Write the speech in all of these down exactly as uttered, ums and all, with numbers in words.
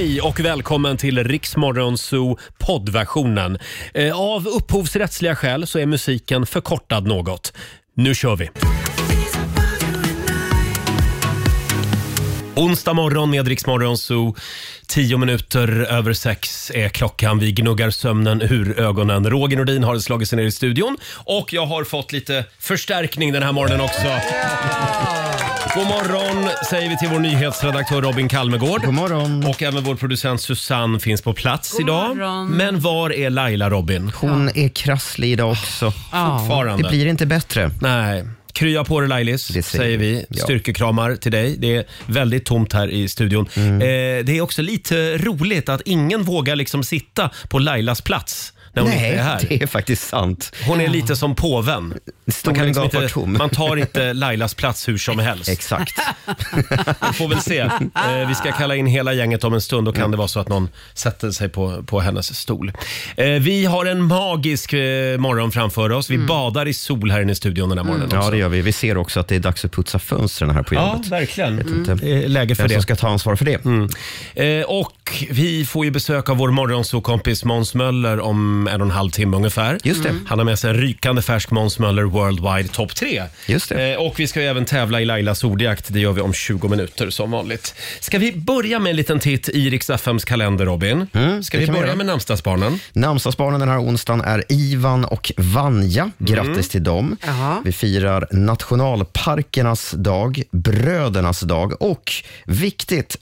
Hej och välkommen till Rix Morgon Zoo poddversionen. Eh, av upphovsrättsliga skäl så är musiken förkortad något. Nu kör vi! Onsdag morgon med Rix Morgon Zoo. Tio minuter över sex är klockan. Vi gnuggar sömnen ur ögonen. Roger Nordin har slagit sig ner i studion. Och jag har fått lite förstärkning den här morgonen också. God morgon säger vi till vår nyhetsredaktör Robin Kalmegård. God morgon. Och även vår producent Susanne finns på plats God idag. morgon. Men var är Laila, Robin? Hon är krasslig idag också. Fortfarande. Det blir inte bättre. Nej. Krya på dig Lailis, Det säger säger vi. vi. Ja. Styrkekramar till dig. Det är väldigt tomt här i studion. Mm. Eh, det är också lite roligt att ingen vågar liksom sitta på Lailas plats när hon inte Nej, är här. det är faktiskt sant. Hon är lite som påven. Stolen liksom gapar inte, tom. man tar inte Lailas plats hur som helst. Exakt. Vi får väl se. Eh, vi ska kalla in hela gänget om en stund och kan mm. det vara så att någon sätter sig på, på hennes stol. Eh, vi har en magisk eh, morgon framför oss. Vi mm. badar i sol här inne i studion den här morgonen Mm. också. Ja, det gör vi. Vi ser också att det är dags att putsa fönstren här på jobbet. Ja, verkligen. Mm. Det är läge för Vem det. som ska ta ansvar för det. Mm. Eh, och vi får ju besök av vår morgonsokompis Måns Möller om en och en halv timme ungefär. Just det. Mm. Han har med sig en rykande färsk Måns Möller Worldwide Top tre. Just det. Eh, och vi ska ju även tävla i Lailas ordjakt. Det gör vi om tjugo minuter som vanligt. Ska vi börja med en liten titt i Rix F M:s kalender, Robin? Mm, ska det vi kan vi börja göra. med namnsdagsbarnen? Namnsdagsbarnen den här onsdagen är Ivan och Vanja. Grattis Mm. till dem. Jaha. Vi firar nationalparkernas dag, brödernas dag och viktigt,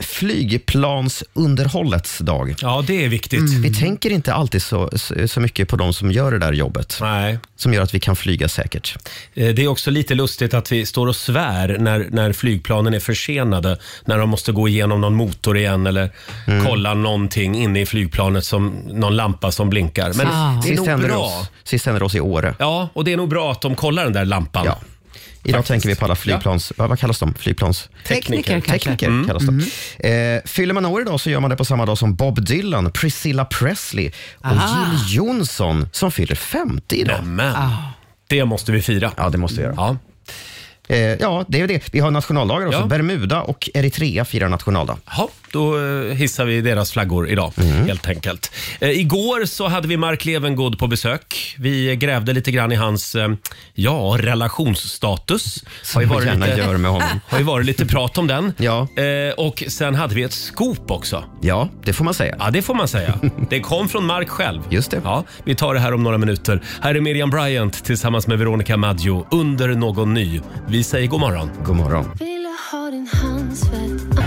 flygplansunderhållets dag. Ja, det är viktigt. Mm. Vi tänker inte alltid så, så, så mycket på de som gör det där jobbet. Nej. Som gör att vi kan flyga säkert. Eh, Det är också lite lustigt att vi står och svär när, när flygplanen är försenade. När de måste gå igenom någon motor igen eller Mm. kolla någonting inne i flygplanet som någon lampa som blinkar. Men Ah. det är Sist nog hände det bra. oss, sist hände det oss i Åre. Ja, och det är nog bra att de kollar den där lampan. Ja. Idag Faktiskt. tänker vi på alla flygplans... Vad, vad kallas de? Flygplans... Tekniker kanske. Tekniker Mm. kallas de. Eh, fyller man år idag så gör man det på samma dag som Bob Dylan, Priscilla Presley och Aha. Jill Johnson som fyller femtio idag. Men, Ah. det måste vi fira. Ja, det måste vi göra. Ja. Eh, ja, det är det. Vi har nationaldagar också. Ja. Bermuda och Eritrea firar nationaldag. Ja, då eh, hissar vi deras flaggor idag, Mm. helt enkelt. Eh, igår så hade vi Mark Levengood på besök. Vi grävde lite grann i hans eh, ja, relationsstatus. Som man gärna gör med honom. har ju varit lite prat om den. Ja. Eh, och sen hade vi ett scoop också. Ja, det får man säga. Ja, det får man säga. Det kom från Mark själv. Just det. Ja, vi tar det här om några minuter. Här är Miriam Bryant tillsammans med Veronica Maggio under någon ny. Vi säger god morgon. God morgon. Vill jag ha din handsvett.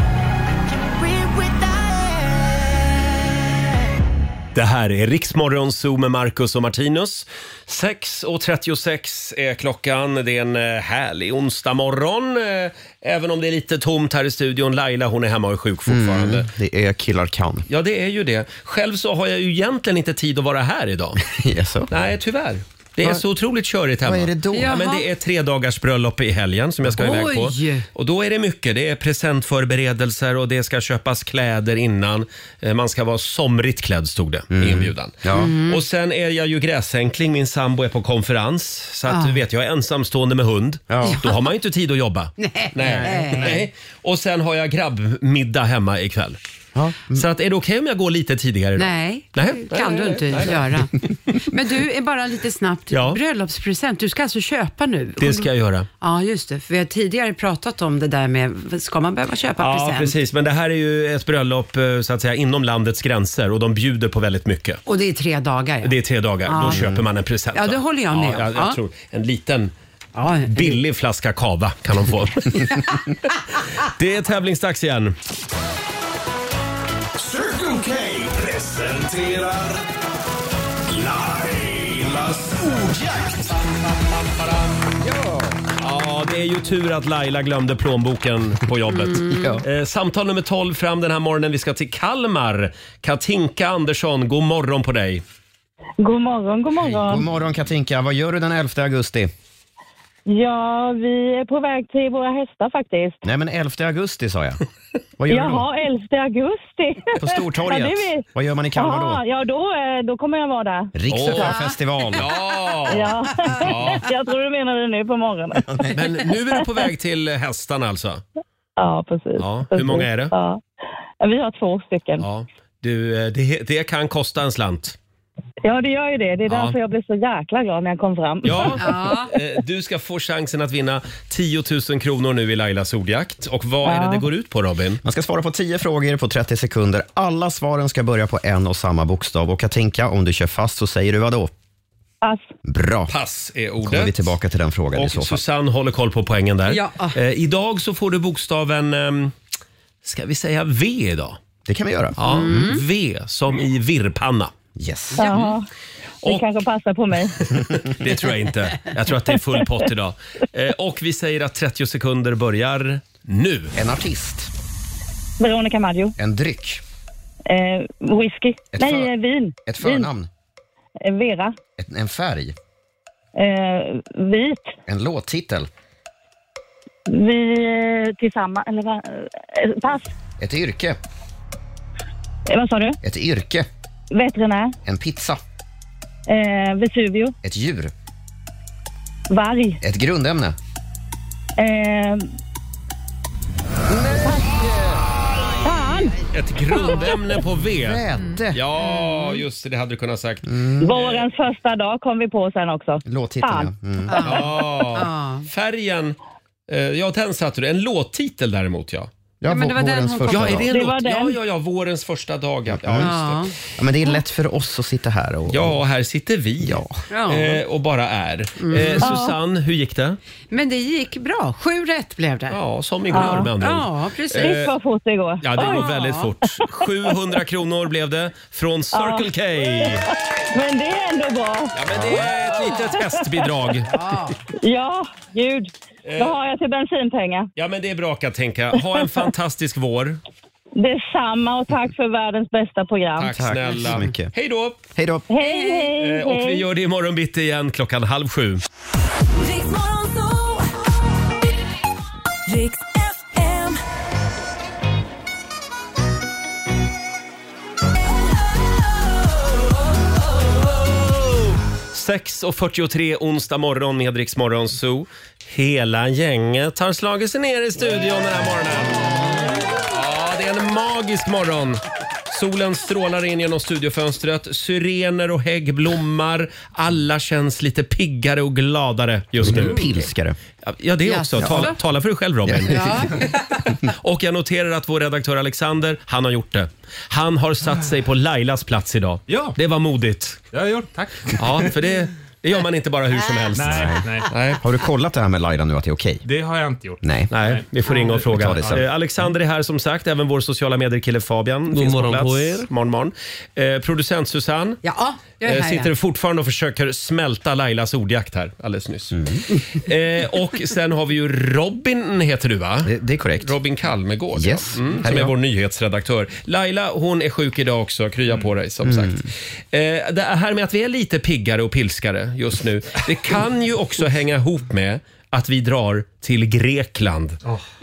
Det här är Rix Morgon Zoo med Marcus och Martinus. sex och trettiosex är klockan. Det är en eh, härlig onsdag morgon. Eh, Även om det är lite tomt här i studion. Laila, hon är hemma och är sjuk fortfarande. Mm, det är killar kan. Ja, det är ju det. Själv så har jag ju egentligen inte tid att vara här idag. Yes, så. Nej, tyvärr. Det är Vad- så otroligt körigt hemma. Vad är det då? Ja, men det är tre dagars bröllop i helgen som jag ska iväg på. Oj. Och då är det mycket. Det är presentförberedelser och det ska köpas kläder innan. Eh, Man ska vara somrigt klädd, stod det i inbjudan. Ja. Och sen är jag ju gräsänkling. Min sambo är på konferens. Så att Ah. du vet, jag är ensamstående med hund. Ja. Då har man ju inte tid att jobba. Nej. Nej. Nej. Och sen har jag grabbmiddag hemma ikväll. Ja. Så att är det okej om jag går lite tidigare idag? Nej, Nej. det kan Nej, du nej, inte nej, nej. göra. Men du, är bara lite snabbt. Ja. Bröllopspresent, du ska alltså köpa nu? Det ska jag göra. Ja, just det. För vi har tidigare pratat om det där med, ska man behöva köpa Ja, present? precis. Men det här är ju ett bröllop eh, så att säga inom landets gränser och de bjuder på väldigt mycket. Och det är tre dagar. Ja, Det är tre dagar. Ja. Då köper man en present. Ja, det va? håller jag med ja, om. jag, jag Ja. tror en liten ja, billig flaska kava kan de få. Det är tävlingsdags igen. Circle K presenterar Lailas ordjakt. Ja, det är ju tur att Laila glömde plånboken på jobbet. Ja. Eh, samtal nummer tolv fram den här morgonen. Vi ska till Kalmar. Katinka Andersson, god morgon på dig. God morgon, god morgon. God morgon Katinka, vad gör du den elfte augusti? Ja, vi är på väg till våra hästar faktiskt. Nej, men elfte augusti sa jag. Vad gör du då? Jaha, elfte augusti. På Stortorget. Ja, det vet. Vad gör man i Kalmar Jaha, då? ja, då, eh, då kommer jag vara där. Riksfestival. Ja! Ja, jag tror du menar det nu på morgonen. Men nu är du på väg till hästarna alltså? Ja, precis. Ja, hur precis. många är det? Ja. Ja, vi har två stycken. Ja, du, eh, det, det kan kosta en slant. Ja, det gör ju det. Det är Ja. därför jag blev så jäkla glad när jag kom fram. Ja, Ja. eh, du ska få chansen att vinna tio tusen kronor nu i Lailas ordjakt. Och vad är det Ja. det går ut på, Robin? Man ska svara på tio frågor på trettio sekunder. Alla svaren ska börja på en och samma bokstav. Och Katinka, om du kör fast så säger du vad då? Pass. Bra. Pass är Kommer ordet. vi tillbaka till den frågan i Och så fall. Susanne håller koll på poängen där. Ja. Eh, idag så får du bokstaven, ehm, ska vi säga V idag? Det kan vi göra. Ja, V som i virrpanna. Yes. Ja, det Och- kanske passar på mig. Det tror jag inte. Jag tror att det är full pott idag. Eh, och vi säger att trettio sekunder börjar nu. En artist. Veronica Maggio. En dryck. Eh, whisky. Ett Nej, för- eh, vin. Ett förnamn. Vin. Eh, Vera. Ett, en färg. Eh, vit. En låttitel. Vi eh, tillsammans. Eller vad? Eh, pass. Ett yrke. Eh, vad sa du? Ett yrke. Veterinär. En pizza. Eh, Vesuvio. Ett djur. Varg. Ett grundämne. Eh, fan! Ett grundämne på V. Väde. Ja, just det. Det hade du kunnat sagt. Vårens första dag kom vi på sen också. Låttiteln, Fan. ja. Mm. Ja. Färgen. eh, Ja, den satte du. En låttitel däremot, ja. Ja, men det var den vårens hon första Ja, är det dag. en Det låt? var den. Ja, ja, ja. Vårens första dag. Ja, ja, just Ja. det. Ja, men det är lätt för oss att sitta här och... Ja, här sitter vi. Ja. Ja. Eh, och bara är. Eh, Susanne, hur gick det? Men det gick bra. Sju rätt blev det. Ja, som igår med andra ord. Ja, precis. Eh, Det var fort det går. Ja, det går Oj. väldigt fort. sjuhundra kronor blev det från Circle K. Men det är ändå bra. Ja, men det är ett litet hästbidrag. Ja, gud. Eh. Då har jag till bensinpengar. Ja, men det är bra, Katinka. Ha en fantastisk vår. Detsamma och tack för världens bästa program. Tack, Tack snälla. så mycket. Hej då! Hej då. Hej, hej, Eh, Och vi hej. gör det imorgon bitti igen klockan halv sju. Riks Morgonzoo. Riks F M. sex och fyrtiotre onsdag morgon med Rix Morgon Zoo. Hela gänget har slagit sig ner i studion den här morgonen. Ja, det är en magisk morgon. Solen strålar in genom studiofönstret. Syrener och hägg blommar. Alla känns lite piggare och gladare just nu. Pilskare. Ja, det också. Jaså. Tala, tala för dig själv, Robin. Och jag noterar att vår redaktör Alexander, han har gjort det. Han har satt sig på Lailas plats idag. Ja. Det var modigt. Jag har gjort, tack. Ja, för det, det gör man inte bara hur som helst. Nej, nej, Nej. Har du kollat det här med Laila nu att det är okej? det har jag inte gjort. Nej. Nej, vi får ringa och Vi fråga. tar det sen. Eh, Alexander är här som sagt, även vår sociala medier-kille Fabian. God finns morgon på plats. på er. Morgon, morgon. Eh, producent Susanne Ja, jag är eh, här. sitter ja. fortfarande och försöker smälta Lailas ordjakt här alldeles nyss. Mm. Eh, och sen har vi ju Robin, heter du va? Det, det är korrekt. Robin Kalmegård, Yes. ja. mm, Här som är är jag. vår nyhetsredaktör. Laila, hon är sjuk idag också, krya på dig som Mm. sagt. Eh, det här med att vi är lite piggare och pilskare just nu, det kan ju också hänga ihop med att vi drar till Grekland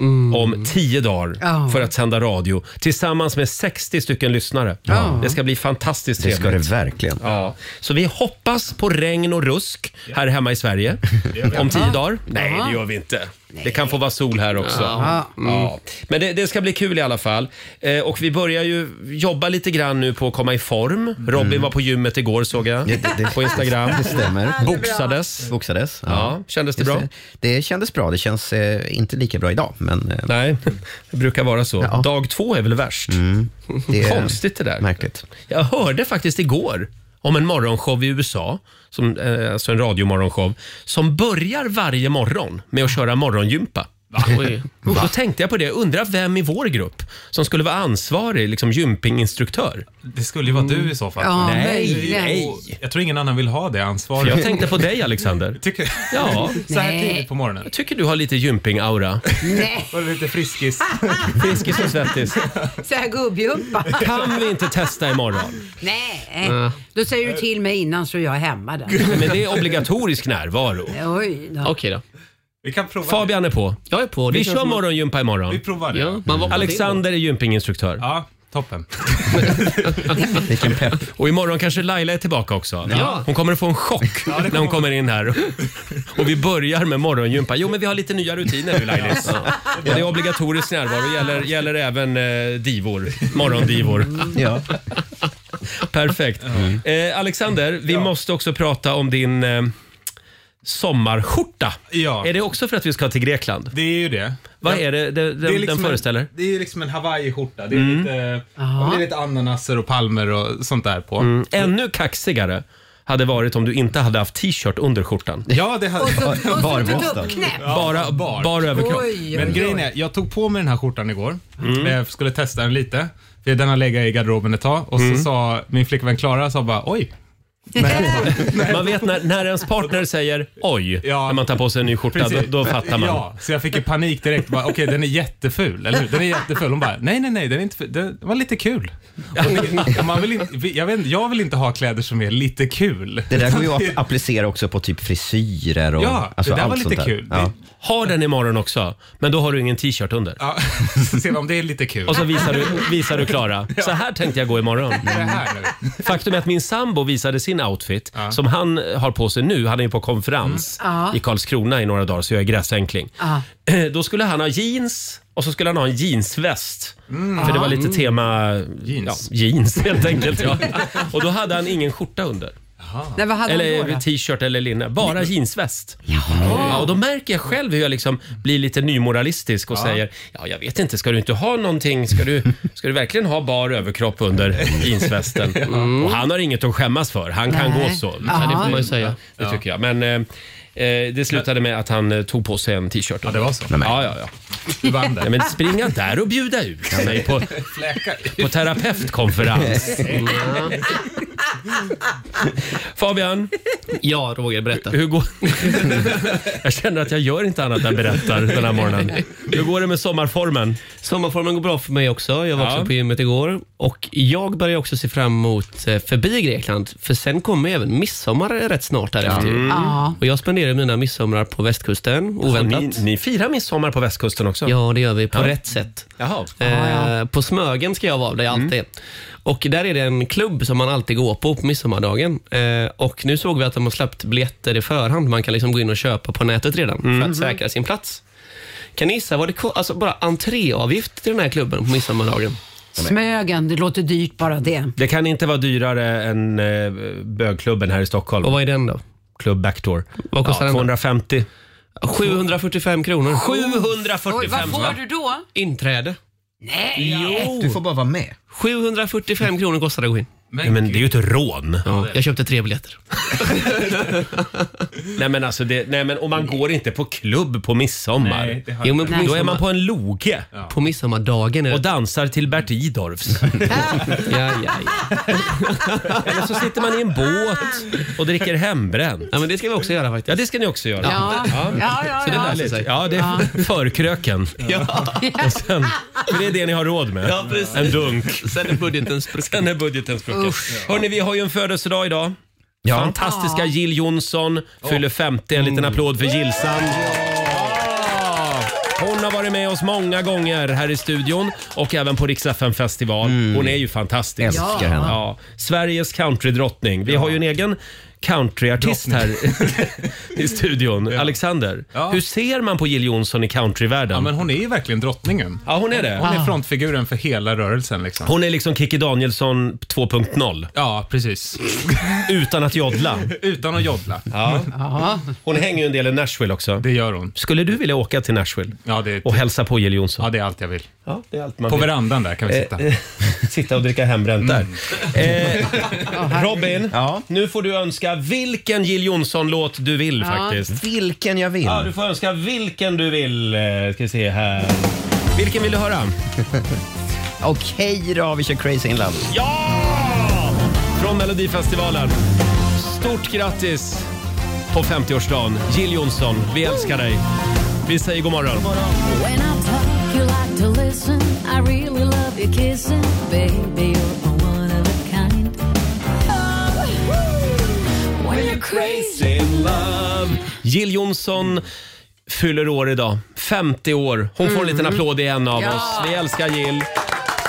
om tio dagar Ja. för att sända radio tillsammans med sextio stycken lyssnare. Ja. Det ska bli fantastiskt Det ska det trevligt. verkligen. Ja. Så vi hoppas på regn och rusk här hemma i Sverige om tio dagar. Nej, det gör vi inte. Det kan få vara sol här också. Ja. Ja. Men det, det ska bli kul i alla fall. Eh, och vi börjar ju jobba lite grann nu på att komma i form. Robin var på gymmet igår såg jag Det, det, på Instagram. det stämmer. Boxades. Boxades. Ja, kändes det Just bra? Det. det kändes bra. Det känns eh, inte lika bra idag, men eh, Nej, det brukar vara så. Ja. Dag två är väl värst. det är Konstigt det där. märkligt. Jag hörde faktiskt igår om en morgonshow i U S A, som, eh, alltså en radiomorgonshow, som börjar varje morgon med att köra morgongympa. Oj. Och då tänkte jag på det, undrar vem i vår grupp som skulle vara ansvarig liksom gympinginstruktör. Det skulle ju vara du i så fall. Ja, Nej, möjligen. nej. Jag tror ingen annan vill ha det ansvaret. Jag tänkte på dig, Alexander. Tycker, Ja, så här Nej. tidigt på morgonen. jag tycker du har lite gymping-aura. Nej, Var det lite friskis? Friskis och svettis. så här gubbjumpa. Kan vi inte testa imorgon? Nej, då säger du till mig innan så jag är hemma där. Men det är obligatorisk närvaro. Oj då. Okej då. Vi kan prova. Fabian är på. Jag är på. Det Vi känns kör som att- morgongympa Vi imorgon. provar det. Ja, man var på Alexander är gympinginstruktör. Ja, Toppen. Vilken pepp. Och imorgon kanske Laila är tillbaka också. Ja. Hon kommer att få en chock när hon kommer in här. Och vi börjar med morgongympa. Jo, men vi har lite nya rutiner nu, Lailis. Och det är obligatorisk närvaro. Gäller, gäller även eh, divor. Morgondivor. Ja. Perfekt. Eh, Alexander, vi måste också prata om din eh, sommarskjorta. Ja. Är det också för att vi ska till Grekland? Det är ju det. Vad Ja. är det, det, Det är den, liksom den föreställer? En, det är ju liksom en Hawaii-skjorta. Det är, lite, det är lite ananaser och palmer och sånt där på. Mm. Ännu kaxigare hade varit om du inte hade haft t-shirt under skjortan. Ja, det hade... Och så, och så Barbröstad. knäpp. Ja, Bara, bar. bara överkropp. Oj, Men oj, grejen oj. är, jag tog på mig den här skjortan igår. Jag skulle testa den lite. För den har legat i garderoben ett tag. Och så sa min flickvän Klara, sa bara oj. Man vet när, när ens partner säger oj, Ja. när man tar på sig en ny skjorta, då, Precis. då fattar man. Ja, så jag fick ju panik direkt. Bara, Okej, den är jätteful, eller hur? Den är jätteful. Hon bara, nej, nej, nej, den är inte ful. Den var lite kul. Och man vill inte, jag, vet, jag vill inte ha kläder som är lite kul. Det där går ju att applicera också på typ frisyrer och Ja, alltså det där allt var lite sånt där. kul. Ja. Ha den imorgon också, men då har du ingen t-shirt under. Ja, så ser vi om det är lite kul. Och så visar du, visar du Klara. Så här tänkte jag gå imorgon. det här nu. Faktum är att min sambo visade sin outfit som han har på sig nu. Han är ju på konferens Mm. i Karlskrona i några dagar, så jag är gräsänkling. Ja. Då skulle han ha jeans och så skulle han ha en jeansväst. För det var lite tema Jeans. Ja, jeans helt enkelt. Ja. Och då hade han ingen skjorta under. Nej, vad hade han då, Eller då? t-shirt eller linne. Bara jeansväst. Ja, och då märker jag själv hur jag liksom blir lite nymoralistisk och säger, ja jag vet inte, ska du inte ha någonting? Ska du, ska du verkligen ha bar överkropp under jeansvästen? Och han har inget att skämmas för. Han kan Nej. gå så. Ja, det får man ju säga. Det tycker jag. Men eh, eh, det slutade med att han eh, tog på sig en t-shirt. Ja, det var så. Ja, ja, ja. Du vann Ja, det. men springa där och bjuda ut mig på, på terapeutkonferens. Fabian, Ja, Roger, berätta. hur går... Jag känner att jag gör inte annat än berättar den här morgonen. Hur går det med sommarformen? Sommarformen går bra för mig också. Jag var Ja. också på gymmet igår. Och jag börjar också se fram emot eh, förbi Grekland. För sen kommer även midsommar rätt snart därefter. Mm. Ja. Och jag spenderar mina midsommar på västkusten, oväntat. Ni, ni firar midsommar på västkusten också? Ja, det gör vi på Ja. rätt sätt. Jaha. Eh, på Smögen ska jag vara, där jag alltid är. Och där är det en klubb som man alltid går på på midsommardagen. Eh, och nu såg vi att de har släppt biljetter i förhand. Man kan liksom gå in och köpa på nätet redan för att säkra sin plats. Kan ni gissa vad det ko- alltså bara entréavgift till den här klubben på midsommardagen? Smögen, det låter dyrt bara det. Det kan inte vara dyrare än eh, bögklubben här i Stockholm. Och vad är den då? Club Backdoor. Vad kostar den då? tvåhundrafemtio. sjuhundrafyrtiofem kronor. Oj, sjuhundrafyrtiofem vad får du då? Inträde. Nej! Du får bara vara med. sjuhundrafyrtiofem kronor kostar det att gå in. Men, men det är ju ett rån. Ja, jag köpte tre biljetter. Nej men alltså, det, nej men om man går inte på klubb på midsommar. Nej, det har Jo, men på, Då är midsommar, man på en loge på midsommardagen är och det. dansar till Bert Idorfs. Ja, ja, ja. Eller så sitter man i en båt och dricker hembränt. ja, men det ska vi också göra faktiskt. Ja, det ska ni också göra. Ja, ja, ja. Så det ja. lär sig sig. Ja, det är förkröken. Och sen, för det är det ni har råd med. Ja, precis. En dunk. Sen är budgeten sprucken. Sen är budgeten sprucken. Hörrni, vi har ju en födelsedag idag. Ja. Fantastiska Jill Johnson fyller femtio. En liten applåd för Jillsan. Ja. Hon har varit med oss många gånger här i studion och även på Rix F M-festival. Hon är ju fantastisk. Älskar henne. Ja. Sveriges countrydrottning. Vi har ju en egen countryartist här i studion. Alexander, Ja. hur ser man på Jill Johnson i countryvärlden? Ja, men hon är ju verkligen drottningen. Ja, hon är det. Hon är frontfiguren för hela rörelsen liksom. Hon är liksom Kikki Danielsson två punkt noll. Ja, precis. Utan att joddla. Utan att joddla. Ja. Hon hänger ju en del i Nashville också. Det gör hon. Skulle du vilja åka till Nashville Ja, det är, och hälsa på Jill Johnson? ja, det är allt jag vill. Ja, det är allt man På vill. verandan där kan vi sitta. Eh, sitta och dricka hembränt där. Eh, Robin, Ja. nu får du önska vilken Jill Johnson-låt du vill faktiskt. Vilken jag vill. Ja, du får önska vilken du vill. Eh, ska vi se här. Vilken vill du höra? Okej då, vi kör Crazy in Love. Ja! Från Melodifestivalen. Stort grattis på femtioårsdagen. Jill Johnson, vi älskar dig. Vi säger god morgon. When I talk, you like to listen. I really love your kissing. Baby, you're one of a kind. Oh, when you're crazy. Jill Johnson fyller år idag. femtio år. Hon får en liten applåd i en av Ja. oss. Vi älskar Jill.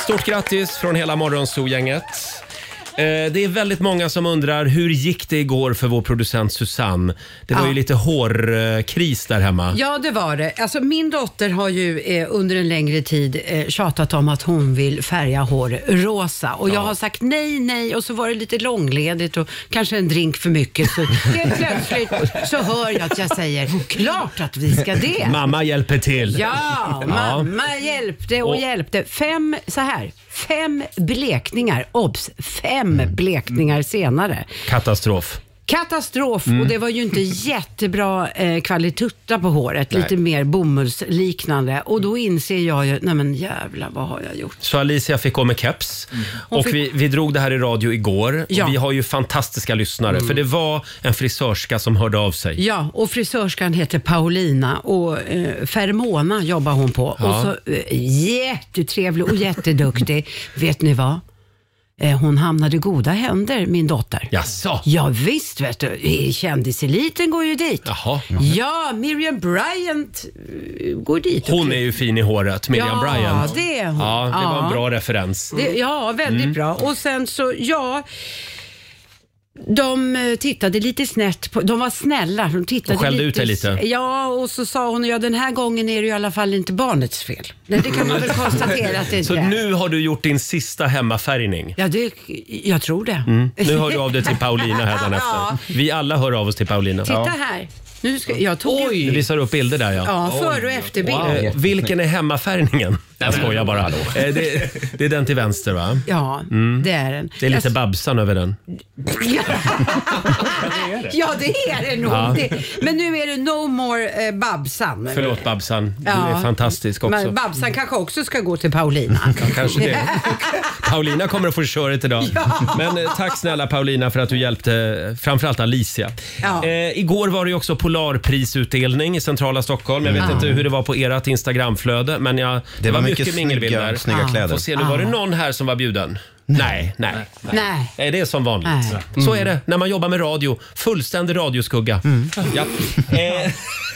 Stort grattis från hela Morgonzoo-gänget. Det är väldigt många som undrar hur gick det igår för vår producent Susanne? Det var Ja. ju lite hårkris där hemma. Ja, det var det. Alltså, min dotter har ju eh, under en längre tid eh, tjatat om att hon vill färga hår rosa. Och jag har sagt nej, nej och så var det lite långledigt och kanske en drink för mycket. Så helt plötsligt så hör jag att jag säger, klart att vi ska det. Mamma hjälper till. Ja, mamma hjälpte och, Och- hjälpte. Fem, så här, fem blekningar, obs, fem blekningar senare. Katastrof. Katastrof Mm. och det var ju inte jättebra eh, kvalitutta på håret, lite mer bomullsliknande och då inser jag ju, nej men jävlar vad har jag gjort? Så Alicia fick gå med keps. Och fick- vi, vi drog det här i radio igår. Ja. Och vi har ju fantastiska lyssnare. För det var en frisörska som hörde av sig. Ja, och frisörskan heter Paulina och eh, Fermona jobbar hon på. Ja. Och så eh, jättetrevlig och jätteduktig. Vet ni vad? Eh, hon hamnade i goda händer, min dotter. Jaså? Ja visst vet du, kändiseliten går ju dit. Jaha. Ja, Miriam Bryant eh, går dit. Hon också. är ju fin i håret, Miriam Ja, Bryant. det är hon. Ja, det var en Ja. bra referens. Det, ja, väldigt Mm. bra. Och sen så, ja... De eh, tittade lite snett på, de var snälla. De tittade Och skällde ut dig lite. Ja, och så sa hon, ja den här gången är det i alla fall inte barnets fel. Nej, det kan man väl konstatera att det inte Så är. nu har du gjort din sista hemmafärgning. Ja, det, jag tror det. Mm. Nu hör du av dig till Paulina hädanefter. Ja. Vi alla hör av oss till Paulina. Titta här. Nu ska, jag tog Oj! Du visar upp bilder där ja. Ja, före och efterbild. Eh, vilken är hemmafärgningen? Jag skojar bara. Eh, det, det är den till vänster va? Ja, Mm. det är den. Det är lite Jag- Babsan över den. Ja. Ja, det är det nog. Ja. Det. Men nu är det no more eh, Babsan. Förlåt Babsan, du Ja. är fantastisk också. Men Babsan kanske också ska gå till Paulina. Ja, kanske det. Paulina kommer att få köret idag. Men eh, tack snälla Paulina för att du hjälpte eh, framförallt Alicia. Ja. Eh, igår var det ju också Polarprisutdelning i centrala Stockholm. Jag vet Ja. inte hur det var på ert Instagramflöde, men jag, det, var mycket, mycket mingelbilder. snygga- snygga Ja. kläder. Får se, nu var det någon här som var bjuden? Nej, nej. Nej. Nej, det är som vanligt. Nej. Så är det när man jobbar med radio. Fullständig radioskugga. Ja. Eh,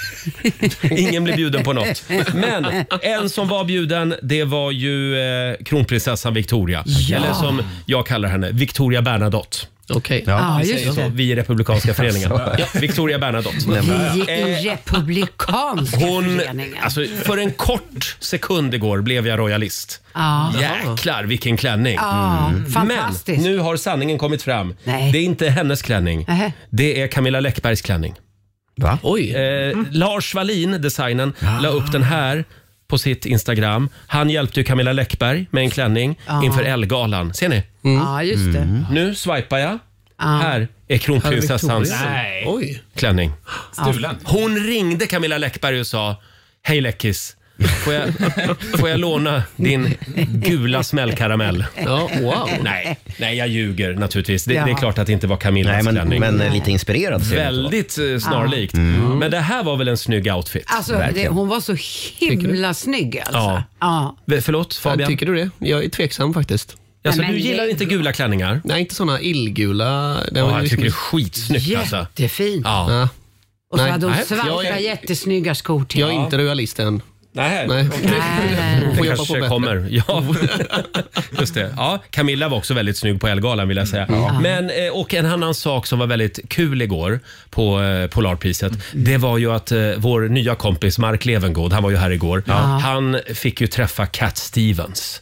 ingen blir bjuden på något. Men en som var bjuden, det var ju eh, kronprinsessan Victoria. Ja. Eller som jag kallar henne, Victoria Bernadotte. Okej. Ja, Vi just säger så, det. vi i Republikanska föreningen. Ja, Victoria Bernadotte. Vi i Republikanska Hon, föreningen. alltså, för en kort sekund igår blev jag royalist. Ja. Jäklar vilken klänning. Ja, fantastiskt. Men nu har sanningen kommit fram. Nej. Det är inte hennes klänning. Nähä. Det är Camilla Läckbergs klänning. Va? Oj. Eh, Lars Wallin, designen, la upp den här på sitt Instagram. Han hjälpte ju Camilla Läckberg med en klänning Ja. inför Elle-galan. Ser ni? Ja, just det. Nu swipar jag. Ja. Här är kronprinsessans Nej. Oj. klänning. Stulen. Hon ringde Camilla Läckberg och sa: hej Läckis, får jag, får jag låna din gula smällkaramell? Ja, wow. Nej, nej, jag ljuger naturligtvis. Det, Ja. det är klart att det inte var Camillas Nej, men, klänning. men eh, lite inspirerad ser det ut att vara. Väldigt eh, snarlikt. Men det här var väl en snygg outfit? Alltså, det, Verkligen. hon var så himla snygg alltså. Ja. Ja. V- Förlåt Fabian? Tycker du det? Jag är tveksam faktiskt. Alltså, Nej, du men gillar det- inte gula klänningar? Nej, inte såna illgula. Det var Ja, jag liksom- tycker det är skitsnyggt alltså. Jättefint. Ja. Ja. Och så Nej. hade hon Nej, svarta jag är- jättesnygga skor till. Jag är inte royalist än. Nej, Nej. okej. Nej, nej, nej. Får Det jobba på kanske bättre. kommer. Ja, just det. Ja, Camilla var också väldigt snygg på Elle-galan vill jag säga. Men, eh, och en annan sak som var väldigt kul igår på eh, Polarpriset, det var ju att eh, vår nya kompis Mark Levengood, han var ju här igår, han fick ju träffa Cat Stevens.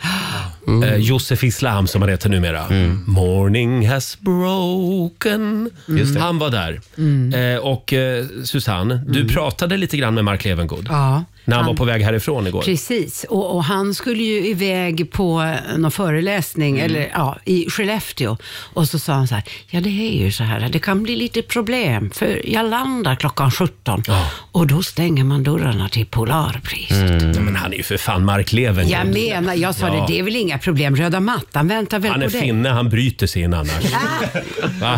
Eh, Josef Islam som han heter numera. Morning has broken. Han var där. Eh, och eh, Susanne, du pratade lite grann med Mark Levengood Ja. när han var på väg härifrån igår. Precis, och, och han skulle ju iväg på någon föreläsning eller, ja, i Skellefteå och så sa han så här, ja det är ju så här, det kan bli lite problem för jag landar klockan sjutton Ja. och då stänger man dörrarna till Polarpriset. Ja, men han är ju för fan Mark Levengood. Jag menar, jag sa Ja. det, det är väl inga problem, röda mattan väntar väl Han är på dig. finne, han bryter sig in annars. Va?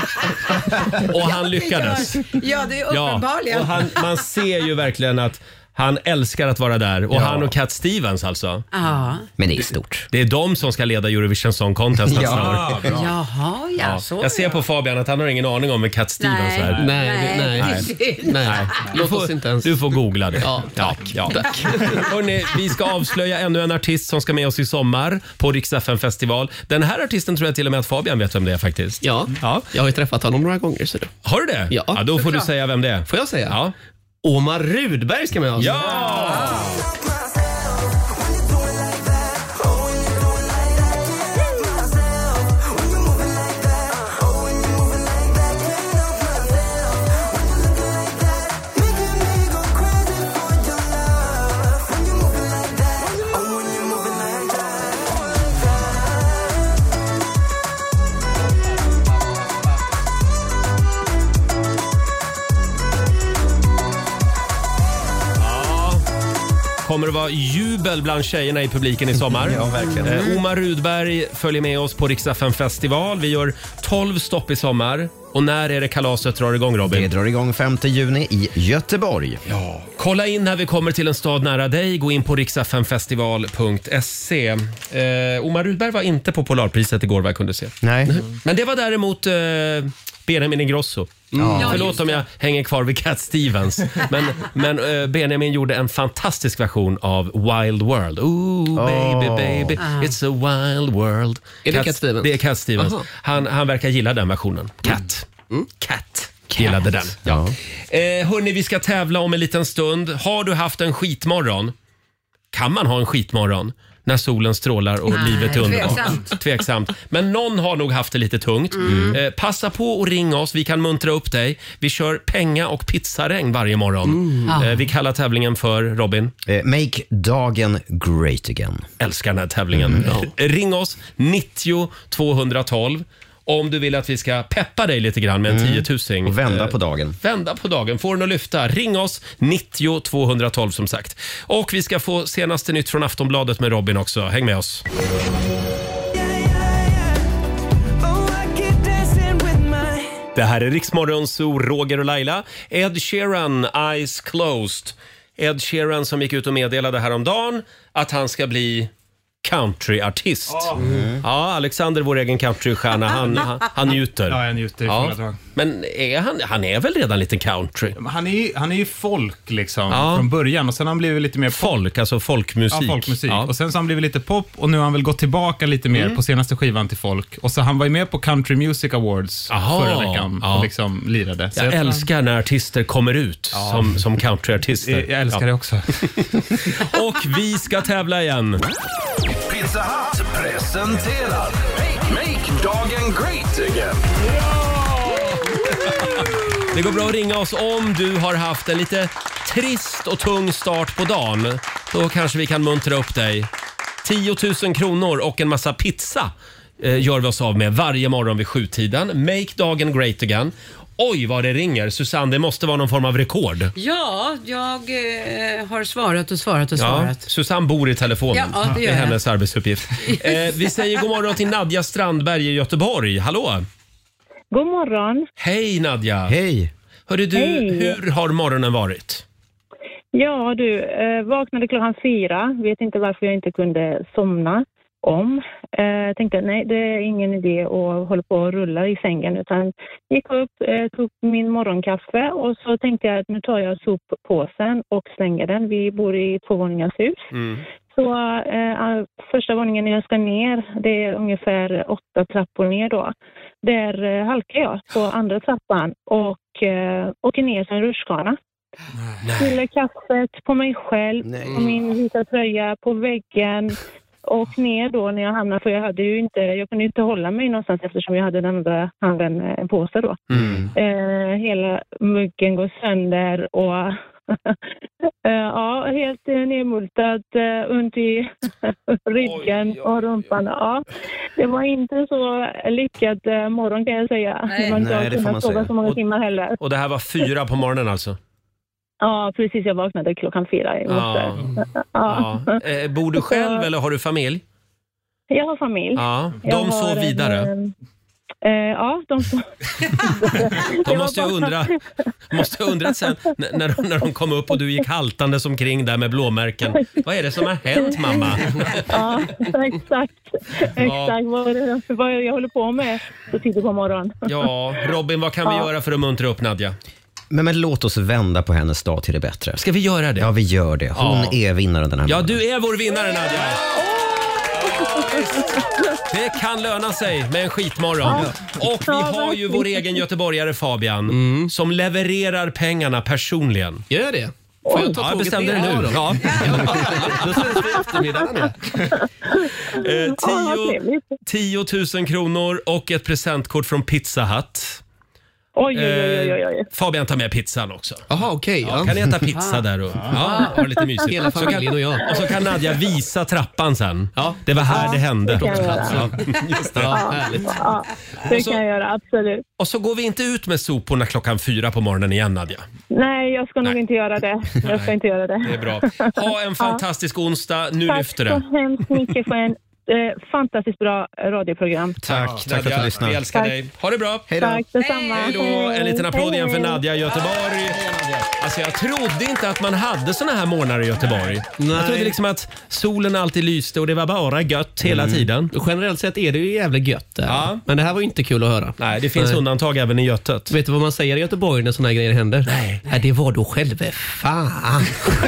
Och han lyckades. Ja, det är Ja, uppenbarligen. och han, man ser ju verkligen att Han älskar att vara där. Och Ja. han och Cat Stevens alltså. Ja. Men det är stort. Det är de som ska leda Eurovision Song Contest nästa Ja. år. Jaha, ja, Ja. så. Jag ser på Fabian att han har ingen aning om vem Cat Stevens Nej. är. Nej, nej, Nej. nej. Nej. Du Låt oss får, inte ens... du får googla det. Ja, tack. Ja, ja. Hörrni, vi ska avslöja ännu en artist som ska med oss i sommar på Rix F M festival. Den här artisten tror jag till och med att Fabian vet vem det är faktiskt. Ja, Ja. jag har ju träffat honom några gånger. Så det. Har du det? Ja. ja då får du säga vem det är. Får jag säga? Ja. Omar Rudberg ska med oss. Ja! Kommer det vara jubel bland tjejerna i publiken i sommar. Ja, verkligen. Eh, Omar Rudberg följer med oss på Rix F M festival. Vi gör tolv stopp i sommar. Och när är det kalaset drar igång, Robin? Det drar igång femte juni i Göteborg. Ja. Kolla in när vi kommer till en stad nära dig. Gå in på riks f m festival punkt se. Eh, Omar Rudberg var inte på Polarpriset igår, vad jag kunde se. Nej. Men det var däremot eh, Benjamin Ingrosso. Mm. Ja, Förlåt just om det. jag hänger kvar vid Cat Stevens. Men, men eh, Benjamin gjorde en fantastisk version av Wild World. Ooh, baby, baby, it's a wild world. Är det Cat Stevens? Det är Cat Stevens. Aha. Han, han verkar gilla den versionen. Cat. Mm. Cat. Gillade den. Ja. Eh, hörni, vi ska tävla om en liten stund. Har du haft en skitmorgon? Kan man ha en skitmorgon när solen strålar och Nej, livet är underbart? tveksamt. Tveksamt. Men någon har nog haft det lite tungt. Eh, passa på och ring oss. Vi kan muntra upp dig. Vi kör penga- och pizzaregn varje morgon. Ja. Eh, vi kallar tävlingen för, Robin, Eh, Make dagen great again. älskar den här tävlingen. Eh, Ring oss, nittio tvåhundratolv. Om du vill att vi ska peppa dig lite grann med en tiotusing. Och vända Eh, på dagen. Vända på dagen, får den att lyfta. Ring oss, nittio tvåhundratolv som sagt. Och vi ska få senaste nytt från Aftonbladet med Robin också. Häng med oss. Det här är Riksmorgon, så Roger och Laila. Ed Sheeran, Eyes Closed. Ed Sheeran som gick ut och meddelade häromdagen att han ska bli countryartist. Mm. Ja, Alexander, vår egen countrystjärna, han, han, han njuter. Ja, jag njuter i Ja. fulla drag. Men är han, han är väl redan lite country? Han är ju, han är ju folk liksom Ja. från början och sen har han blivit lite mer pop. Folk, alltså folkmusik. Ja, folkmusik. Ja. Och sen så har han blivit lite pop och nu har han väl gått tillbaka lite mer på senaste skivan till folk. Och så han var ju med på Country Music Awards Aha. förra veckan Ja. och liksom lirade. Så Jag tror- älskar när artister kommer ut som, som countryartister. Jag, jag älskar det också. Och vi ska tävla igen. Pizza Hut presenterar Make dagen great again. Det går bra att ringa oss om du har haft en lite trist och tung start på dagen. Då kanske vi kan muntra upp dig. tio tusen kronor och en massa pizza eh, gör vi oss av med varje morgon vid sjutiden. Make dagen great again. Oj, vad det ringer. Susanne, det måste vara någon form av rekord. Ja, jag eh, har svarat och svarat och Ja, svarat. Susanne bor i telefonen. Ja, det gör är jag. hennes arbetsuppgift. Eh, vi säger god morgon till Nadja Strandberg i Göteborg. Hallå! God morgon. Hej Nadja! Hej! Hörru du, Hej. hur har morgonen varit? Ja, du, eh, vaknade klockan fyra. Vet inte varför jag inte kunde somna om. Eh, tänkte nej, det är ingen idé att hålla på och rulla i sängen, utan gick upp, eh, tog min morgonkaffe och så tänkte jag att nu tar jag soppåsen och slänger den. Vi bor i tvåvåningars hus. Mm. Så eh, första våningen när jag ska ner, det är ungefär åtta trappor ner då. Där eh, halkar jag på andra trappan och eh, åker ner som en rutschkana. Spiller kaffet på mig själv, Nej. på min vita tröja, på väggen och ner då när jag hamnade, för jag hade ju inte, jag kunde inte hålla mig någonstans eftersom jag hade den andra handen eh, en påse då. Mm. Eh, hela muggen går sönder och eh, ja, helt eh, nedmultat eh, ont i ryggen Oj, oj, och rumpan. Ja, det var inte så lyckad eh, morgon kan jag säga. Nej. Det var inte Nej, att det får kunna man sova säga. så många Och- timmar heller. Och det här var fyra på morgonen alltså? Ja, precis. Jag vaknade klockan fyra i morse. Ja. Ja. Ja. Eh, bor du själv eller har du familj? Jag har familj. Ja, Jag de har sov vidare. En, Eh, ja, de får... De måste jag undra, måste jag undra sen när, när, när de kom upp och du gick haltande omkring där med blåmärken. Vad är det som har hänt, mamma? Ja, exakt. Exakt vad, det, vad jag håller på med så tidigt på morgonen. Ja, Robin, vad kan vi Ja. göra för att muntra upp Nadja? Men, men låt oss vända på hennes dag till det bättre. Ska vi göra det? Ja, vi gör det. Hon Ja. är vinnaren den här Ja, morgonen. du är vår vinnare, Nadja. Det kan löna sig med en skitmorgon. Och vi har ju vår egen göteborgare Fabian som levererar pengarna personligen. Gör det? Får jag ta Ja, jag tåget bestämde det ner nu. då? Ja. Då ses vi i eftermiddag. Eh, tio, tio tusen kronor och ett presentkort från Pizza Hut. Oj, oj, oj, oj, oj. Fabian tar med pizzan också. Jaha, okej. Ja, kan ni äta pizza där och ja, ha det lite mysigt. Hela Så kan, familjen och jag. och så kan Nadja visa trappan sen. Ja. Det var här det hände. det kan jag göra. Ja, just det. Ja, härligt. Ja, det Och så- kan jag göra, absolut. Och så går vi inte ut med soporna klockan fyra på morgonen igen, Nadja. Nej, jag ska nog Nej. inte göra det. Jag ska inte göra det. Det är bra. Ha en fantastisk onsdag. Nu Tack lyfter så det. hemskt mycket för en eh, fantastiskt bra radioprogram. Tack, tack för att Nadja, du lyssnade. vi älskar Tack. dig. Ha det bra. Hej då. Tack detsamma. Hej då. En liten applåd igen för Nadja i Göteborg. Alltså jag trodde inte att man hade såna här morgnar i Göteborg. Jag trodde liksom att solen alltid lyste och det var bara gött hela tiden. Och generellt sett är det ju jävligt gött där. Ja. Men det här var ju inte kul att höra. Nej, det finns Nej. undantag även i Götet. Vet du vad man säger i Göteborg när såna här grejer händer? Nej. Ja, det var då själva fan.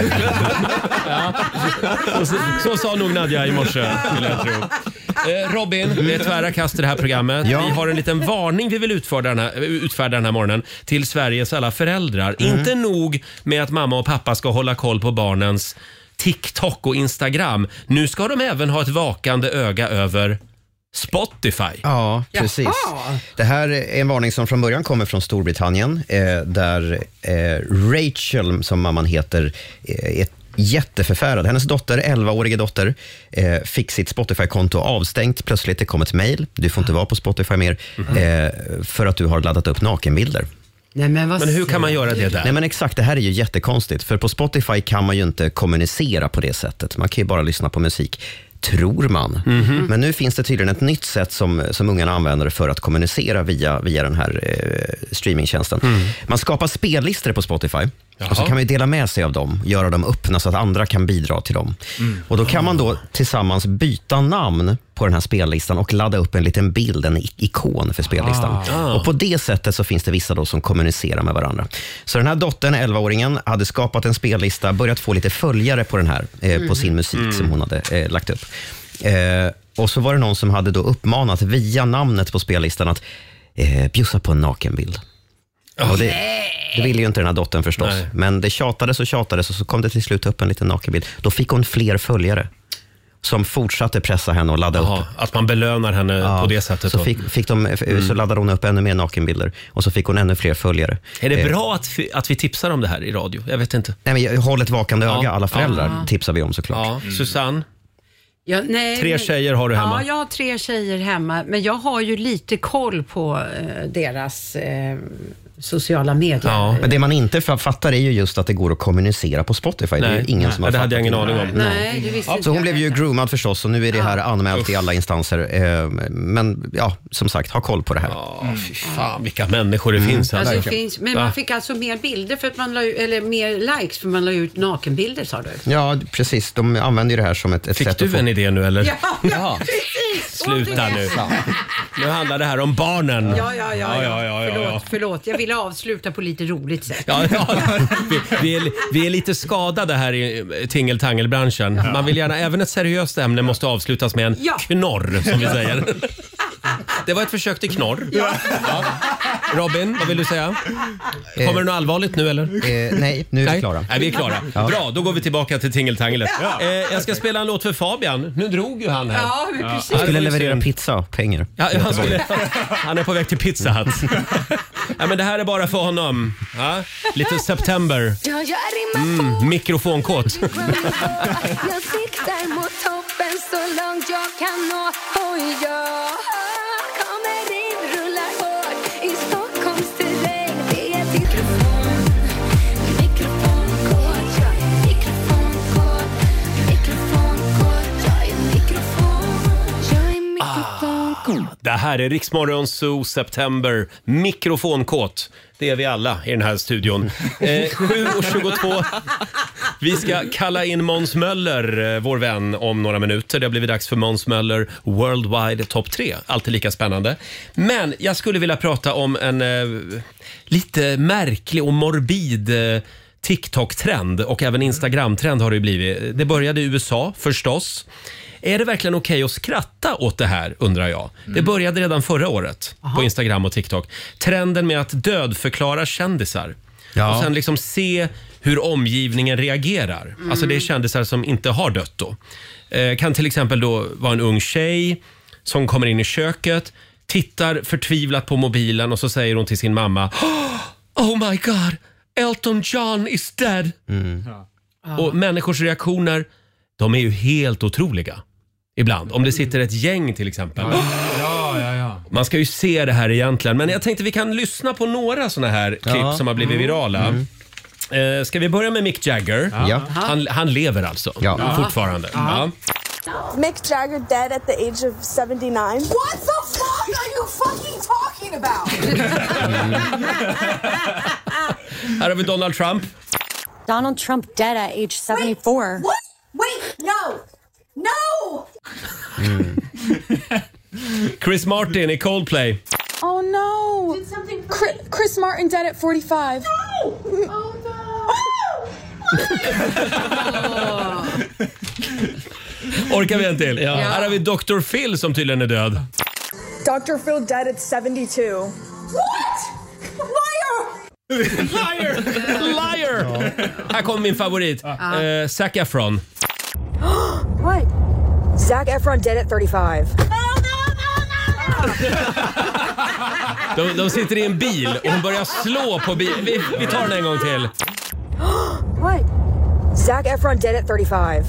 Så, så sa nog Nadja i morse, vill jag tro. Eh, Robin, det är tvära kast i det här programmet. Ja. Vi har en liten varning vi vill utfärda den här, utfärda den här morgonen till Sveriges alla föräldrar. Inte nog med att mamma och pappa ska hålla koll på barnens TikTok och Instagram. Nu ska de även ha ett vakande öga över Spotify. Ja, precis. Jaha. Det här är en varning som från början kommer från Storbritannien eh, där eh, Rachel, som mamman heter, eh, är jätteförfärad. Hennes dotter, elvaårige dotter, eh, fick sitt Spotify-konto avstängt. Plötsligt det kom ett mejl. Du får inte vara på Spotify mer eh, för att du har laddat upp nakenbilder. Nej, men vad Men hur kan man göra det där? Nej men exakt, det här är ju jättekonstigt. För på Spotify kan man ju inte kommunicera på det sättet. Man kan ju bara lyssna på musik, tror man. Mhm. Men nu finns det tydligen ett nytt sätt som, som ungarna använder för att kommunicera via, via den här eh, streamingtjänsten. Mm. Man skapar spellistor på Spotify. Och så kan man ju dela med sig av dem, göra dem öppna så att andra kan bidra till dem. Mm. Och då kan man då tillsammans byta namn på den här spellistan och ladda upp en liten bild, en i- ikon för spellistan. Ah. Och på det sättet så finns det vissa då som kommunicerar med varandra. Så den här dottern, elvaåringen, hade skapat en spellista, börjat få lite följare på den här, eh, på sin musik som hon hade eh, lagt upp. Eh, och så var det någon som hade då uppmanat via namnet på spellistan att eh, bjussa på en nakenbild. Och det, det ville ju inte den här dottern förstås. Nej. Men det tjatades och tjatades och så kom det till slut upp en liten nakenbild. Då fick hon fler följare som fortsatte pressa henne och ladda Jaha, upp. att man belönar henne Ja, på det sättet. Så, då. fick, fick de, så laddade hon upp ännu mer nakenbilder och så fick hon ännu fler följare. Är det Eh, bra att, fi- att vi tipsar om det här i radio? Jag vet inte. Nej, men jag- håll ett vakande Ja. öga. Alla föräldrar Ja. tipsar vi om såklart. Ja, Susanne, Ja, nej, tre men- tjejer har du hemma. Ja, jag har tre tjejer hemma, men jag har ju lite koll på eh, deras eh, sociala medier. Ja. Men det man inte fa- fattar är ju just att det går att kommunicera på Spotify. Det är ju ingen som har det hade jag fattat ingen det. aning om. Nej, det visste Ja, inte så hon jag blev ju heller. groomad förstås och nu är det här anmält i alla instanser. Eh, Men ja, som sagt, ha koll på det här. Ja, fy fan vilka människor det finns. Alltså, Alltså. det finns, men Va? man fick alltså mer bilder för att man la, ju- eller mer likes för man la ut nakenbilder, sa du? Ja, precis. De använder ju det här som ett, ett Fick sätt du att få... en idé nu eller? Ja, ja, precis! Sluta nu. Nu handlar det här om barnen. Ja, ja, ja. ja. ja, ja, ja, förlåt, ja. förlåt. Jag ville avsluta på lite roligt sätt. Ja, ja. Vi, vi, är, vi är lite skadade här i tingeltangelbranschen. Man vill gärna, även ett seriöst ämne måste avslutas med en Ja. knorr, som vi säger. Det var ett försök till knorr. Ja. Robin, vad vill du säga? Kommer det något allvarligt nu eller? Eh, nej, nu är vi Nej. klara. Nej, vi är klara. Bra, då går vi tillbaka till tingeltangelet. Eh, jag ska spela en låt för Fabian. Nu drog ju han här. Ja, men precis. Jag skulle det var ju leverera synd. pizza och pengar. Ja, han, skulle, han är på väg till Pizza Hut. Ja, men det här är bara för honom. Ja, lite September. Ja, jag rimmar på. Mm, mikrofonkåt. Jag siktar mot toppen så långt jag kan nå. Och jag kommer in, rullar hårt i Stockholms terräng. Det är mikrofon, mikrofonkåt. Jag är mikrofonkåt, mikrofonkåt. Jag är mikrofon, jag är mikrofonkåt. Det här är Riksmorgon Zoo September. Mikrofonkåt. Det är vi alla i den här studion. Eh, sju och tjugotvå. Vi ska kalla in Måns Möller, vår vän, om några minuter. Det har blivit dags för Måns Möller Worldwide Top tre. Alltid lika spännande. Men jag skulle vilja prata om en eh, lite märklig och morbid eh, TikTok-trend och även Instagram-trend har det ju blivit. Det började i U S A förstås. Är det verkligen okej okay att skratta åt det här, undrar jag? Mm. Det började redan förra året Aha. på Instagram och TikTok. Trenden med att dödförklara kändisar. Ja. Och sen liksom se hur omgivningen reagerar. Mm. Alltså det är kändisar som inte har dött då. Eh, kan till exempel då vara en ung tjej som kommer in i köket, tittar förtvivlat på mobilen och så säger hon till sin mamma: Oh my god, Elton John is dead. Mm. Ja. Och människors reaktioner, de är ju helt otroliga. Ibland. Om det sitter ett gäng till exempel. Ja, ja, ja, ja. Man ska ju se det här egentligen. Men jag tänkte vi kan lyssna på några såna här klipp ja. som har blivit virala. Mm. Eh, ska vi börja med Mick Jagger? Ja. Han, han lever alltså ja. fortfarande. Ja. Ja. Mick Jagger dead at the age of seventy-nine. What the fuck are you fucking talking about? Här har vi Donald Trump. Donald Trump dead at age seventy-four. Wait, what? Wait, no! No! Mm. Chris Martin i Coldplay. Oh no! Did something Chris, Chris Martin dead at forty-five. No! Oh no! Orkar vi en till? Ja. Här har vi doktor Phil som tydligen är död. doktor Phil dead at seventy-two. What? Liar! Liar! Liar! Ja. Här kommer min favorit. Uh. Uh, Zac Efron. What? Zac Efron dead at thirty-five. de, de sitter i en bil och hon börjar slå på bilen. Vi, vi tar den en gång till. What? Zac Efron dead at thirty-five.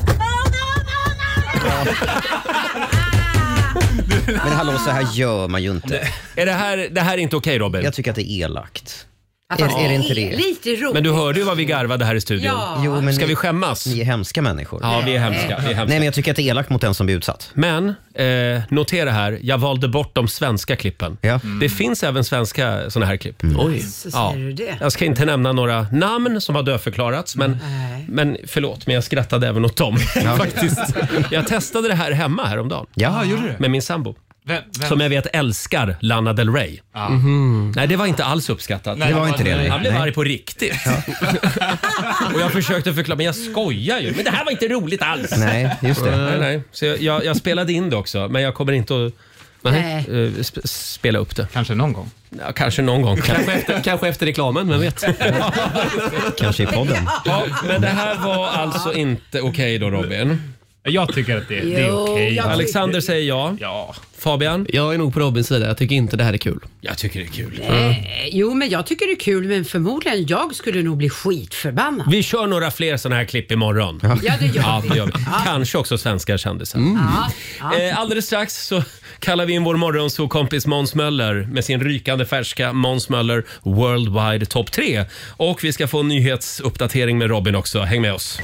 Men hallå, så här gör man ju inte. Är det här, det här är inte okej, Robin? Jag tycker att det är elakt. Är, är det inte det? Lite roligt. Men du hörde ju vad vi garvade här i studion. Ja. Jo, men ska ni, vi skämmas? Ni är hemska människor. Ja, vi är hemska. Vi är hemska. Nej, men jag tycker att det är elakt mot den som blir utsatt. Men, eh, notera här, jag valde bort de svenska klippen. Ja. Mm. Det finns även svenska såna här klipp. Mm. Oj. Så säger du det. Jag ska inte nämna några namn som har dödförklarats, men, mm. men förlåt, men jag skrattade även åt dem. Ja. Faktiskt. Jag testade det här hemma häromdagen. Ja, gjorde du? Med min sambo. Vem, vem? Som jag vet älskar Lana Del Rey. Ja. Mm. Nej, det var inte alls uppskattat. Nej, det var inte det. Han blev nej. arg på riktigt. Ja. Och jag försökte förklara, men jag skojar ju. Men det här var inte roligt alls. Nej, just det. Nej, nej. Så jag, jag, jag spelade in det också, men jag kommer inte att nej, uh, sp- spela upp det. Kanske någon gång. Ja, kanske någon gång. Kanske efter, kanske efter reklamen, men vet. Kanske i podden. Ja, men det här var alltså inte okej okay då, Robin. Jag tycker att det, det är okej. Okay. Alexander säger ja. Ja. Fabian? Jag är nog på Robins sida. Jag tycker inte det här är kul. Jag tycker det är kul. Mm. Jo, men jag tycker det är kul, men förmodligen jag skulle nog bli skitförbannad. Vi kör några fler såna här klipp imorgon. Ja, det gör ja, vi. det gör vi. Kanske också svenska kändisar. Mm. Ja, ja. Eh, alldeles strax så kallar vi in vår morgonsåkompis Måns Möller med sin rykande färska Måns Möller Worldwide Top tre. Och vi ska få en nyhetsuppdatering med Robin också. Häng med oss.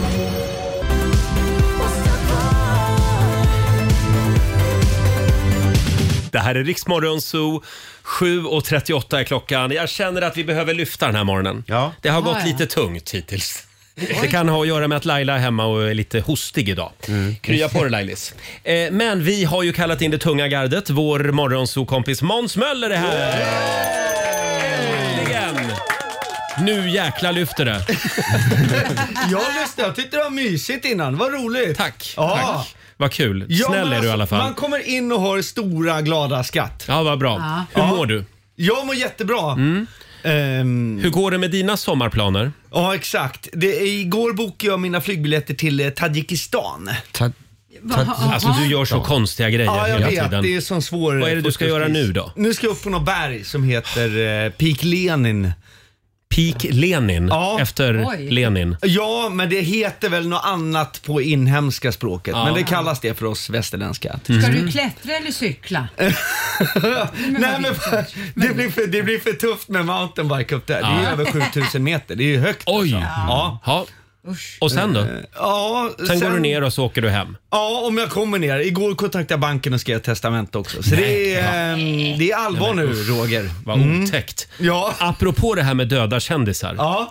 Det här är Riksmorgon Zoo. sju och trettioåtta är klockan. Jag känner att vi behöver lyfta den här morgonen. Ja. Det har Ah, gått ja. lite tungt hittills. Det kan ha att göra med att Laila är hemma och är lite hostig idag. Mm. Krya på dig, Lailis. Eh, men vi har ju kallat in det tunga gardet. Vår morgonzoo-kompis Måns Möller är här. Äntligen! Nu jäkla lyfter det. Jag lyssnade, jag tyckte det var mysigt innan. Vad roligt. Tack. Ja. Tack. Vad kul. Ja, Snäll är du i alla fall. Man kommer in och har stora glada skratt. Ja, vad bra. Ja. Hur Ja. mår du? Jag mår jättebra. Mm. Ehm, Hur går det med dina sommarplaner? ja, exakt. Det, igår bokade jag mina flygbiljetter till eh, Tadzjikistan. Ta- Alltså du gör så konstiga grejer Ja, jag hela vet. tiden. Det är sån svår... Vad är det du ska göra nu då? Nu ska jag upp på något berg som heter eh, Peak Lenin. Peak Lenin, Ja. efter Oj. Lenin. Ja, men det heter väl något annat på inhemska språket. Ja. Men det kallas det för oss västerländska. Ska du klättra eller cykla? Nej, men det blir, för, det blir för tufft med mountainbike upp där. Det är ju Ja. över sjutusen meter. Det är ju högt. Oj! Alltså. Ja. Ja. Usch. Och sen då? Uh, ja, sen, sen går du ner och så åker du hem? Ja, om jag kommer ner. Igår kontaktade jag banken och skrev testament också. Så det är, um, det är allvar nu, Roger. Vad mm. otäckt. Ja. Apropå det här med döda kändisar. Ja.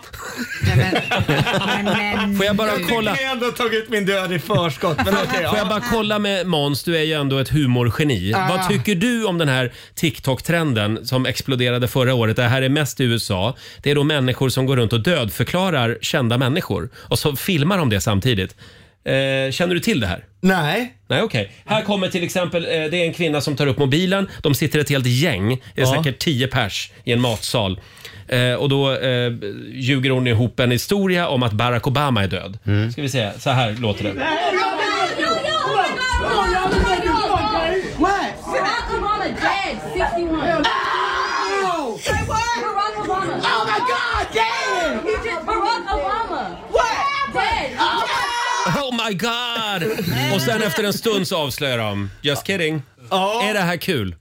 Får jag bara kolla? Jag har ändå tagit min död i förskott. Men okay, ja. Får jag bara kolla med Måns, du är ju ändå ett humorgeni. Ah. Vad tycker du om den här TikTok-trenden som exploderade förra året? Det här är mest i U S A. Det är då människor som går runt och dödförklarar kända människor. Och så filmar de det samtidigt. Eh, känner du till det här? Nej. Nej, okej. Okay. Här kommer till exempel, eh, det är en kvinna som tar upp mobilen. De sitter ett helt gäng, det är ja. säkert tio pers i en matsal. Eh, och då eh, ljuger hon ihop en historia om att Barack Obama är död. Mm. Ska vi se, så här låter det. Oh my god! Och sen efter en stund så avslöjar de. Just kidding. Ja. Är det här kul?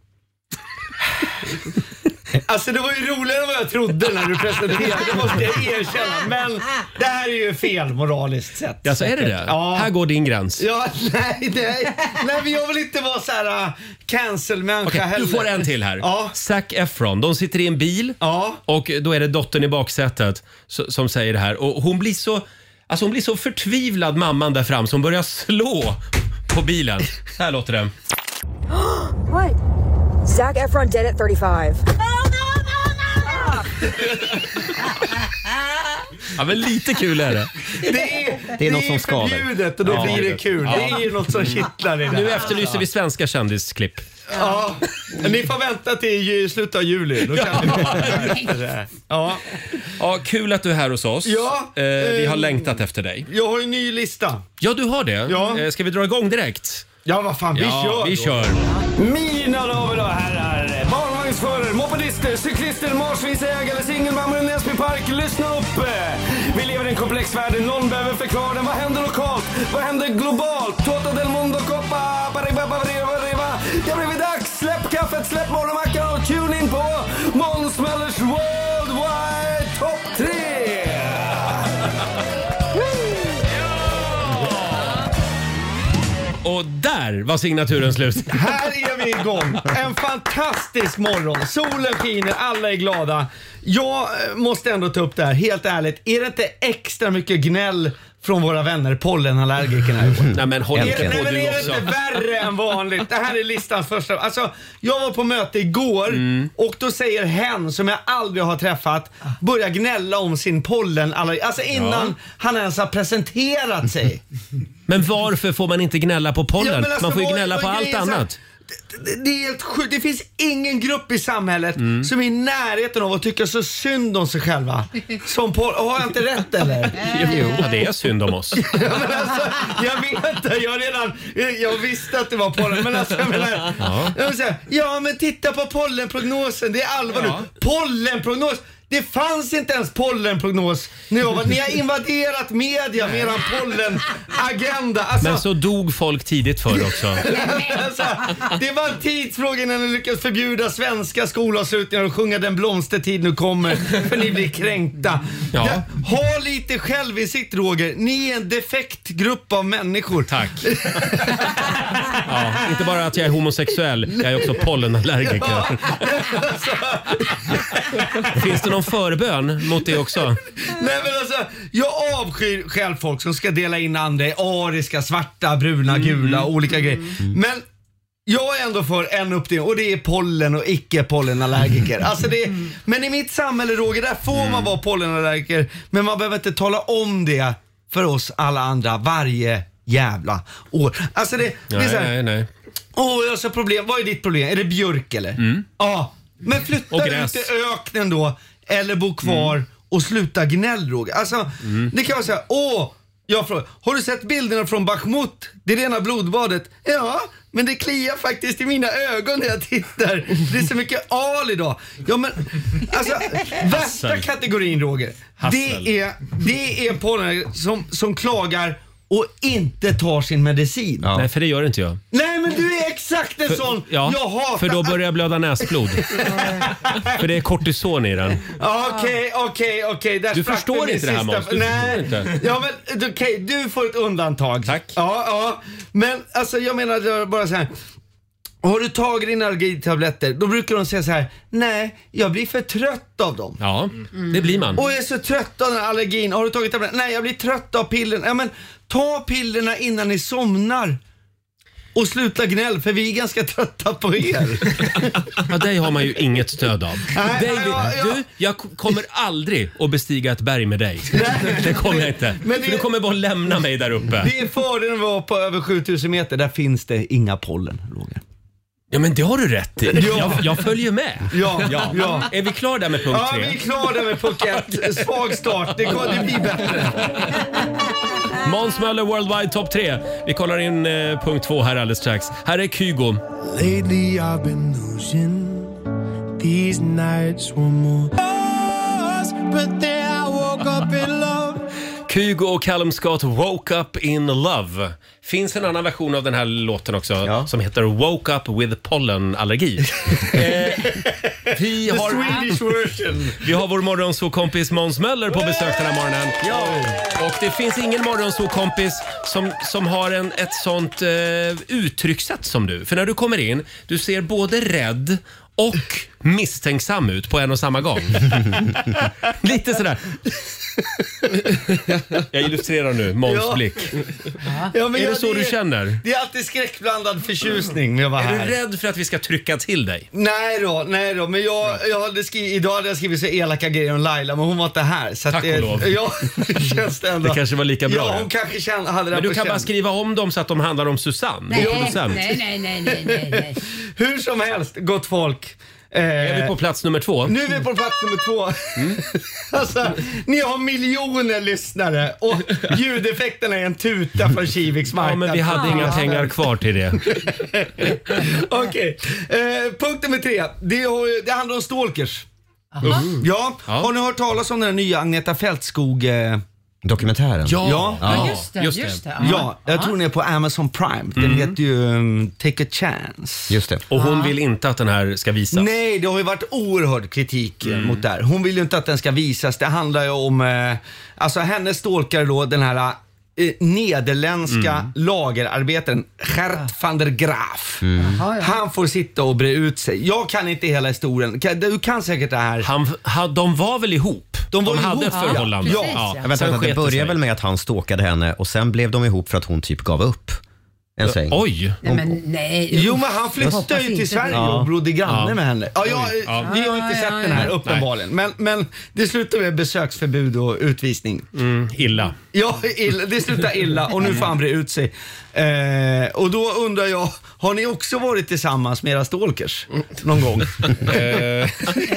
Alltså det var ju roligare än vad jag trodde när du presenterade. Det måste jag erkänna. Men det här är ju fel moraliskt sett. Ja, så är det det? Ja. Här går din gräns. Ja, nej, nej. Nej, men jag vill inte vara så här uh, cancel-människa okay, heller. Du får en till här. Ja. Zac Efron. De sitter i en bil. Ja. Och då är det dottern i baksätet som säger det här. Och hon blir så... Alltså hon blir så förtvivlad, mamman där fram, som börjar slå på bilen. Så här låter det. What? Zac Efron dead at thirty-five. Ja, men lite kul är det. Det är, det är något som skadar. Det är förbjudet och då ja, blir det kul. Ja. Det är något som kittlar i det. Nu efterlyser vi svenska kändisklipp. Ja, ni får vänta till slutet av juli. Då kan ja. Ja. Ja, kul att du är här hos oss. Ja, eh, vi har längtat efter dig. Jag har en ny lista. Ja, du har det. Ja. Eh, ska vi dra igång direkt? Ja, vad fan, vi ja, kör vi då. kör. Mina damer och herrar, barnvagnsförare, mopedister, cyklister, marsvinsägare, singelmammor i Näsby Park, lyssna upp! Vi lever i en komplex värld, någon behöver förklara den. Vad händer lokalt? Vad händer globalt? Tota del mundo, coppa, paribaba, riva, riva. Det har blivit dags, släpp kaffet, släpp morgonmackan och tune in på Måns Möllers Worldwide Top tre! Och där var signaturen slut. Här är vi igång. En fantastisk morgon. Solen skiner, alla är glada. Jag måste ändå ta upp det här, helt ärligt. Är det inte extra mycket gnäll från våra vänner pollenallergikerna? Nej men håll inte på nej, men du är det också. inte värre än vanligt? Det här är listans första. Alltså, jag var på möte igår mm. och då säger hen som jag aldrig har träffat börjar gnälla om sin pollenallergi. Alltså innan ja. han ens har presenterat sig. Men varför får man inte gnälla på pollen? Ja, alltså, man får ju gnälla på allt annat. Det, det är helt sjukt. Det finns ingen grupp i samhället mm. som är i närheten av att tycka så synd om sig själva. Som på, har jag inte rätt eller? Jo, ja, det är synd om oss. Ja, men alltså, jag vet inte, jag redan jag visste att det var pollen, men alltså jag menar, ja. jag vill säga, ja men titta på pollenprognosen, det är allvar ja. nu. Pollenprognos. Det fanns inte ens pollenprognos. Ni har, ni har invaderat media med eran pollenagenda. Alltså, men så dog folk tidigt förr också. Alltså, det var en tidsfråga när ni lyckades förbjuda svenska skolavslutningar och sjunga Den blomstertid nu kommer, för ni blir kränkta. Ja. Ja, ha lite självinsikt, Roger. Ni är en defekt grupp av människor. Tack. Ja, inte bara att jag är homosexuell, jag är också pollenallergiker. Ja. Alltså. Finns det någon förbön mot det också? Nej men alltså, jag avskyr själv folk som ska dela in andra i ariska, svarta, bruna, gula, mm. olika grejer. Mm. Men jag är ändå för en uppdelning och det är pollen och icke-pollenallergiker. Alltså det är, men i mitt samhälle, Roger, där får mm. man vara pollenallergiker, men man behöver inte tala om det för oss alla andra varje jävla år. Alltså det, det är så här, nej, nej. Åh, jag har så problem. Vad är ditt problem? Är det björk eller? Mm. Ja, men flytta ut i öknen då. Eller bo kvar mm. och sluta gnäll, Roger. Alltså, mm. det kan vara så här, åh, jag frågar, har du sett bilderna från Bakhmut? Det är rena blodbadet. Ja, men det kliar faktiskt i mina ögon när jag tittar. Det är så mycket al idag. Ja, men, alltså, värsta kategorin, Roger. Det är, det är pollen som, som klagar och inte tar sin medicin. Ja. Nej, för det gör inte jag. Nej, men du är exakt exakt en sån. Ja, Jag hatar. för då börjar jag blöda näsblod. För det är kortison i den. Okej, okej, okej. Du förstår inte det här, Måns. Du Nej. förstår inte. Ja, men okej, okay, du får ett undantag. Tack. Ja, ja. Men alltså jag menar bara så här. Har du tagit dina allergitabletter, då brukar de säga så här: nej, jag blir för trött av dem. Ja, det blir man. Och jag är så trött av den här allergin. Har du tagit tabletter? Nej, jag blir trött av pillerna. Ja, men ta pillerna innan ni somnar. Och sluta gnäll, för vi är ganska trötta på er. Ja, dig har man ju inget stöd av. Nej, Dig, ja, ja. Du, jag kommer aldrig att bestiga ett berg med dig. Det kommer jag inte. Men För det- du kommer bara lämna mig där uppe. Det är fördelen att vara på över sjutusen meter. Där finns det inga pollen, Roger. Ja, men det har du rätt i. Ja. Jag, jag följer med. Ja, ja. Är vi klara där med punkt Ja, tre? vi är klara där med punkt ett. Svag start, det, går, det blir bättre. Måns Möller Worldwide Top tre. Vi kollar in eh, punkt två här alldeles strax. Här är Kygo. Lately I've been losing these nights one more but then I woke up in love. Kygo och Callum Scott, Woke Up In Love. Finns en annan version av den här låten också, Ja. som heter Woke Up With Pollenallergi. eh, vi, The har, Swedish version. vi har vår morgonsåkompis Måns Möller på besök den här morgonen. Ja. Och det finns ingen morgonsåkompis som, som har en, ett sånt eh, uttryckssätt som du. För när du kommer in, du ser både rädd och misstänksam ut på en och samma gång. Lite sådär. Jag illustrerar nu Måns Ja. blick. Ja, men Är det jag- så du känner? Det är alltid skräckblandad förtjusning med att vara Är här. du rädd för att vi ska trycka till dig? Nej då, nej då. Men jag, jag hade skrivit, idag hade jag skrivit så elaka grejer om Laila, men hon var inte här. Så att Tack det, och lov. Ja, det känns det ändå. Det kanske var lika bra, Ja, det. hon kanske kände, hade det Men du på kan bara känn. skriva om dem så att de handlar om Susanne, Nej, vår producent. nej, nej, nej, nej, nej, nej. Hur som helst, gott folk. Eh, Är vi på plats nummer två? Nu är vi på plats nummer två. Mm. Alltså, ni har miljoner lyssnare och ljudeffekterna är en tuta från Kiviks marknad. Ja, men vi hade inga pengar kvar till det. Okej, eh, punkt nummer tre. Det, har, det handlar om stalkers. Mm. Ja, Ja. har ni hört talas om den här nya Agneta Fältskog? Eh, Dokumentären. Ja, Ja. Ja, just det. just Just det. det. ja, jag tror den är på Amazon Prime. Den Mm. heter ju um, Take a Chance. Just det. Och hon vill inte att den här ska visas. Nej, det har ju varit oerhörd kritik eh, mot det här. Hon vill ju inte att den ska visas. Det handlar ju om, eh, alltså hennes stalkar då den här eh, nederländska lagerarbetaren Gert van der Graaf. Jaha, ja. Han får sitta och bre ut sig. Jag kan inte hela historien. Kan- Du kan säkert det här. Han, ha, de var väl ihop? De var hade ihop. ett förhållande. Ja, precis, ja. Ja, vänta, Sen vänta, det sket det började sig. väl med att han stalkade henne och sen blev de ihop för att hon typ gav upp en sväng. Oj! Nej, men nej. Jo, men han Jag flyttade hoppas ju till inte Sverige det. och bodde granne Ja. med henne. Ja, jag, Ja. Vi har inte Ja, sett ja, den här ja. uppenbarligen. Men, men det slutar med besöksförbud och utvisning. Mm, illa. Ja, illa, det slutar illa och nu får han bre ut sig. Eh, och då undrar jag, har ni också varit tillsammans med era stalkers någon gång? Eh,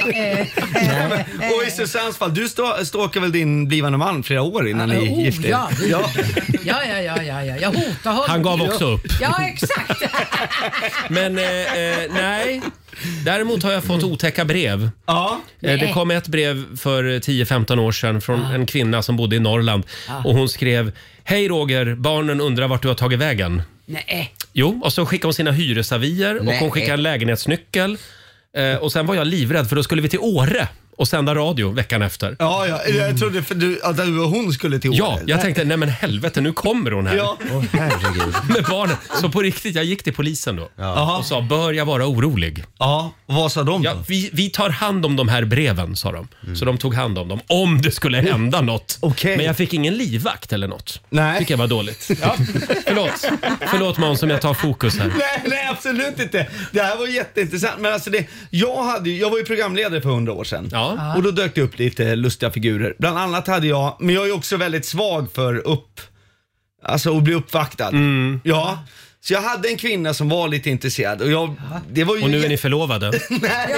Och i Susannes fall, du sta- stalkar väl din blivande man flera år innan ni Oh, gifte er? ja. Ja. Ja, ja, ja, ja, ja. Jag hotar honom. Han gav också upp. Ja, exakt. Men eh, eh, nej. Däremot har jag fått otäcka brev. Ja. Eh, Det kom ett brev för tio femton år sedan från en kvinna som bodde i Norrland. Och hon skrev: Hej Roger, barnen undrar vart du har tagit vägen. Nej. Jo, och så skickade hon sina hyresavier och Nej. hon skickade en lägenhetsnyckel. Eh, och sen var jag livrädd för då skulle vi till Åre och sända radio veckan efter. Ja, ja, jag trodde för du, att du och hon skulle till Åre. Ja, jag tänkte nej men helvete nu kommer hon här Ja. Åh, herregud. med barnen. Så på riktigt, jag gick till polisen då Jaha. och sa, bör jag vara orolig? Ja, och vad sa de då? Ja, vi, vi tar hand om de här breven, sa de. Så de tog hand om dem, om det skulle hända något. Okej. Men jag fick ingen livvakt eller något. Nej. Tycker jag var dåligt. Ja. Förlåt, förlåt Måns om jag tar fokus här. Nej, nej, absolut inte. Det här var jätteintressant. Men alltså det, jag, hade, ju- jag var ju programledare för hundra år sedan. Ja. Och då dök det upp lite lustiga figurer. Bland annat hade jag, men jag är ju också väldigt svag för upp, alltså att bli uppvaktad. Mm. Ja. Så jag hade en kvinna som var lite intresserad. Och, jag, det var ju Och nu är jä- ni förlovade. Nej!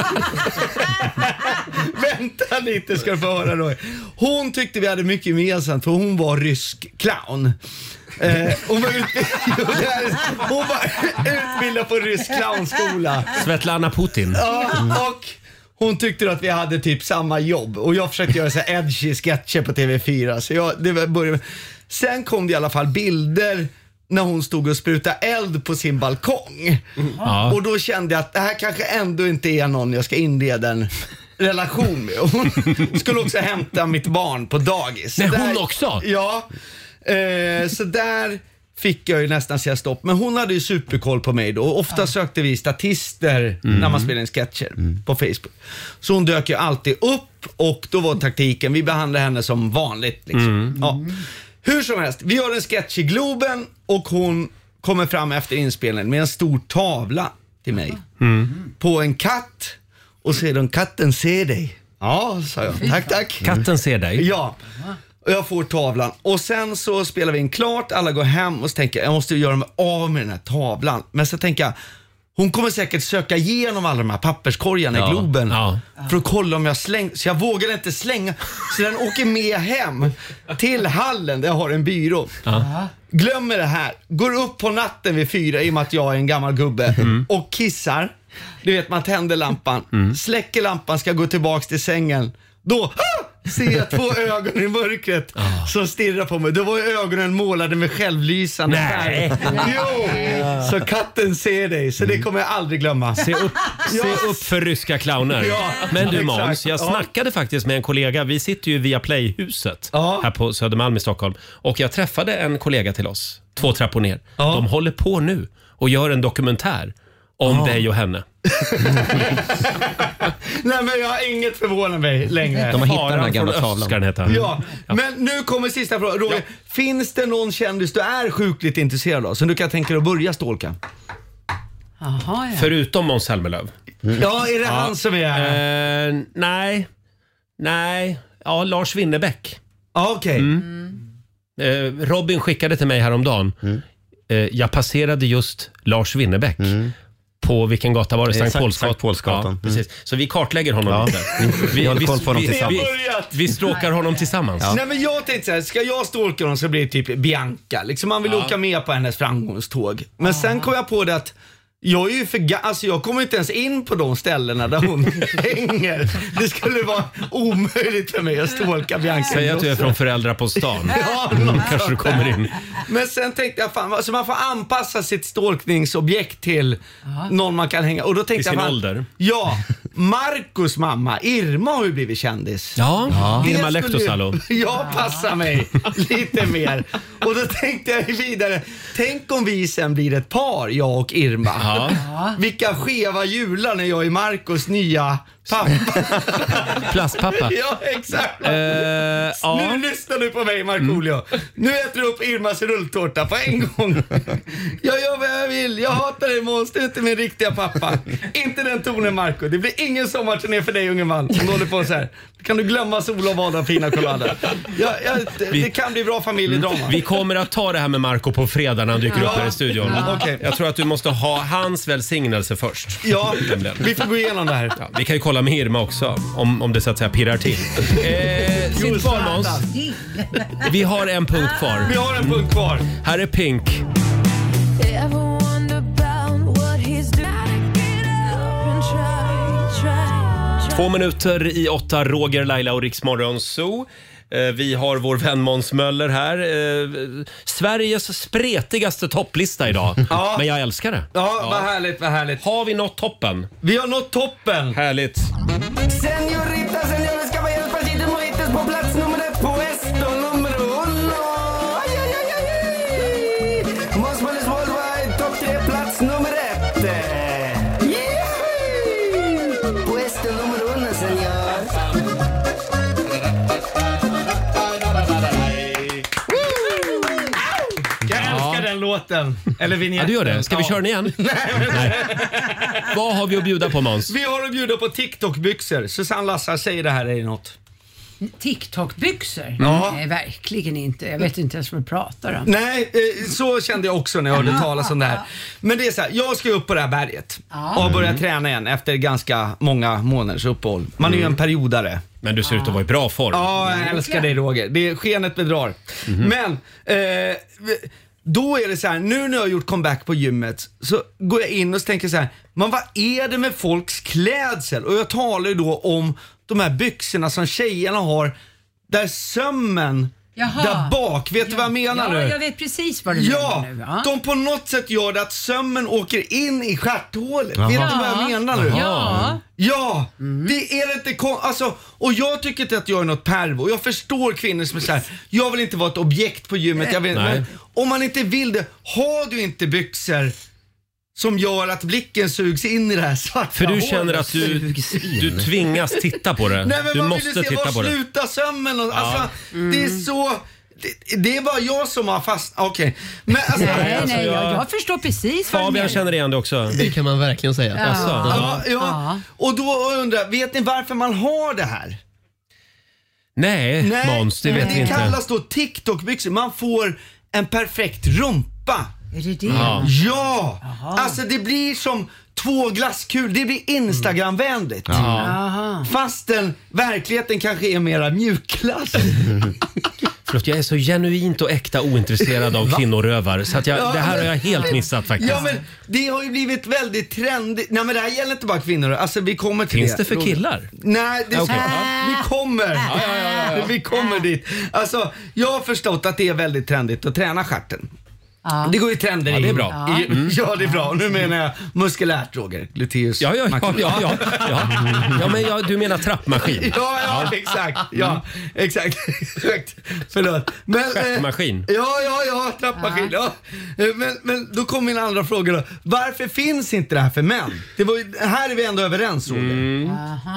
Vänta lite ska du få höra då. Hon tyckte vi hade mycket gemensamt för hon var rysk clown. Eh, hon, var utbildad, hon var utbildad på rysk clownskola. Svetlana Putin. Ja, och hon tyckte att vi hade typ samma jobb. Och jag försökte göra så här edgy sketcher på T V fyra. Så jag, det var- började med. Sen kom det i alla fall bilder när hon stod och sprutade eld på sin balkong. Ja. Och då kände jag att det här kanske ändå inte är någon jag ska inleda en relation med. Hon skulle också hämta mitt barn på dagis. Nej, Så hon där, också? Ja. Eh, så där fick jag ju nästan säga stopp. Men hon hade ju superkoll på mig då. Och ofta sökte vi statister Mm. när man spelade en sketcher på Facebook. Så hon dök ju alltid upp och då var taktiken, vi behandlade henne som vanligt. Liksom. Mm. Ja. Hur som helst, vi gör en sketch i Globen och hon kommer fram efter inspelningen med en stor tavla till mig. Mm. På en katt och säger de, katten ser dig. Ja, sa jag. Tack, tack. Katten ser dig? Ja. Och jag får tavlan. Och sen så spelar vi in klart, alla går hem och så tänker jag, jag måste göra mig av med den här tavlan. Men så tänker jag, hon kommer säkert söka igenom alla de här papperskorgarna Ja. i Globen Ja. för att kolla om jag slänger. Så jag vågar inte slänga. Så den åker med hem till hallen där jag har en byrå. Ja. Glömmer det här. Går upp på natten vid fyra i och med att jag är en gammal gubbe Mm. och kissar. Du vet, man tänder lampan. Släcker lampan, ska gå tillbaks till sängen. Då ah, ser jag två ögon i mörkret Ah. som stirrar på mig. Då var ju ögonen målade med självlysande Nej. färg. Jo! Så katten ser dig. Så det kommer jag aldrig glömma. Se upp, se upp för ryska clowner. Ja, Men du exakt. Måns, jag Ja. snackade faktiskt med en kollega. Vi sitter ju via Playhuset här på Södermalm i Stockholm. Och jag träffade en kollega till oss, två trappor ner. De håller på nu och gör en dokumentär om Ja. dig och henne. Nej, men jag har inget förvånat mig längre. De har hittat den här Faran gamla från tavlan. öst ska den heta. Ja, men nu kommer sista frågan. Roger, finns det någon kändis du är sjukligt intresserad av som du kan tänka dig att börja stalka? Jaha, ja. Förutom Måns Zelmerlöw. Ja, är det han som är... Eh, nej. Nej. Ja, Lars Winnerbäck. Ja, okej. Mm. Eh, Robin skickade till mig häromdagen. Eh, jag passerade just Lars Winnerbäck. På vilken gata var det? Eh, Sankt Sankt- Paulsgatan. Sankt Paulsgatan. Ja, precis. Så vi kartlägger honom Ja. lite. Vi håller koll på honom vi, tillsammans. Vi, vi stråkar honom tillsammans. Nej, men jag tänkte så här, ska jag stalka honom så blir det typ Bianca. Liksom man vill Ja. åka med på hennes framgångståg. Men sen kom jag på det att jag är ju för ga- alltså jag kommer inte ens in på de ställena där hon hänger. Det skulle vara omöjligt för mig att stalka Bianca. Säg att du är från Föräldrar på stan. Ja, Mm, kanske du kommer in. Men sen tänkte jag fan, alltså man får anpassa sitt stalkningsobjekt till någon man kan hänga. Och då tänkte Till sin jag fan, ålder. Ja, Marcus mamma Irma har ju blivit kändis. Ja, Det Irma skulle Lehtosalo. ju- Jag passar mig lite mer. Och då tänkte jag vidare, tänk om vi sen blir ett par, jag och Irma. Ja. Vilka skeva jular när jag är Marcus nya pappa. Plastpappa. Ja, exakt. Eh, ja. Nu lyssnar du på mig, Markoolio. Nu äter du upp Irmas rulltårta på en gång. Jag gör vad jag vill. Jag hatar dig, Måns. Du är inte min riktiga pappa. Inte den tonen, Marco. Det blir ingen sommarturné för dig, unge man, som håller på så här. Kan du glömma sol och bada och fina colada. Ja, ja, det, Vi- det kan bli bra familjedrama. Vi kommer att ta det här med Marco på fredag när han dyker upp här i studion. Ja, okej. Jag tror att du måste ha hans välsignelse först. Ja, Nämligen. vi får gå igenom det här. Ja, vi kan ju kolla med Irma också, om, om det så att säga pirrar till. Eh, Sitt kvar, Måns. Vi har en punkt kvar. Vi har en punkt kvar. Här är Pink. Ever wonder about what he's doing? Get up and try, try, try. Två minuter i åtta, Roger, Laila och Riksmorgon Zoo. Eh, Vi har vår vän Måns Möller här. Eh, Sveriges spretigaste topplista idag. Ja. Men jag älskar det. Ja, vad härligt, vad härligt. Har vi nått toppen? Vi har nått toppen. Härligt. Señorita, señores, caballeros, partidos mojitos på plats nummer ett på esto numero uno. Aj, aj, aj, aj, aj. Måns Möllers Worldwide, topp tre, plats nummer ett. Yay! På esto numero uno, señor. Jag älskar den låten. Eller Ja, vignetten. du gör det. Ska vi Ja. köra den igen? Nej. Vad har vi att bjuda på, Måns? Vi har att bjuda på TikTok-byxor. Susanne Lassar, säger det här är något. TikTok-byxor? Ja. Nej, verkligen inte. Jag vet inte ens vad du pratar om. Nej, eh, så kände jag också när jag hörde talas om det här. Men det är så här, jag ska upp på det här berget och har börjat träna igen efter ganska många månaders uppehåll. Man är ju en periodare. Men du ser ut att vara i bra form. Ja, jag älskar dig, Roger. Det är skenet bedrar. Men eh, då är det så här, nu när jag har gjort comeback på gymmet så går jag in och så tänker så här, men vad är det med folks klädsel? Och jag talar ju då om de här byxorna som tjejerna har där sömmen Jaha. där bak. Vet du vad jag menar Ja, nu? jag vet precis vad du Ja, menar nu. Ja, de på något sätt gör det att sömmen åker in i stjärthålet. Jaha. Vet du vad jag menar nu? Ja. Ja, det är inte kon- alltså, och jag tycker inte att jag är något pervo. Jag förstår kvinnor som är så här: jag vill inte vara ett objekt på gymmet. Jag vill, men om man inte vill det, har du inte byxor som gör att blicken sugs in i det här svarta För du hålet. känner att du, du tvingas titta på det. Nej, men Du vad måste vill du se? titta Var på det. slutar sömmen? Och, Ja. alltså, det är så... Det, det är bara jag som har fast... Okej. Men alltså... Nej, nej, jag, jag- jag förstår precis vad du Fabian menar. känner igen det också. Det kan man verkligen säga. Ja. Jaså? Ja, ja. Ja. Och då undrar jag, vet ni varför man har det här? Nej, Måns, det vet vi det inte. kallas då TikTok-byxor. Man får en perfekt rumpa. Är det det? Ja. Ja! Alltså det blir som två glasskulor. Det blir Instagram-vänligt. Aha. Fastän verkligheten kanske är mera mjukglass. Förlåt, jag är så genuint och äkta ointresserad av kvinnorövar. Så att jag, Ja, det här men- har jag helt missat faktiskt. Ja men det har ju blivit väldigt trendigt. Nej men det här gäller inte bara kvinnor. Alltså vi kommer till Finns det. det för killar? Nej, det Okej. vi kommer. Vi kommer dit. Alltså jag har förstått att det är väldigt trendigt att träna stjärten. Ja. Det går ju trender Ja, det är in. bra. Ja. Mm. Ja, det är bra. Nu menar jag muskulärt, Roger. Gluteus. Ja, ja, ja, maximus. ja, ja, ja. ja men jag, du menar trappmaskin? Ja, ja, exakt. Ja, exakt. exakt. Förlåt. Men, eh, Stjärtmaskin? Ja, ja, ja, trappmaskin. Ja. Eh, Men, men då kommer min andra fråga då. Varför finns inte det här för män? Det var ju, här är vi ändå överens, Roger. Mm.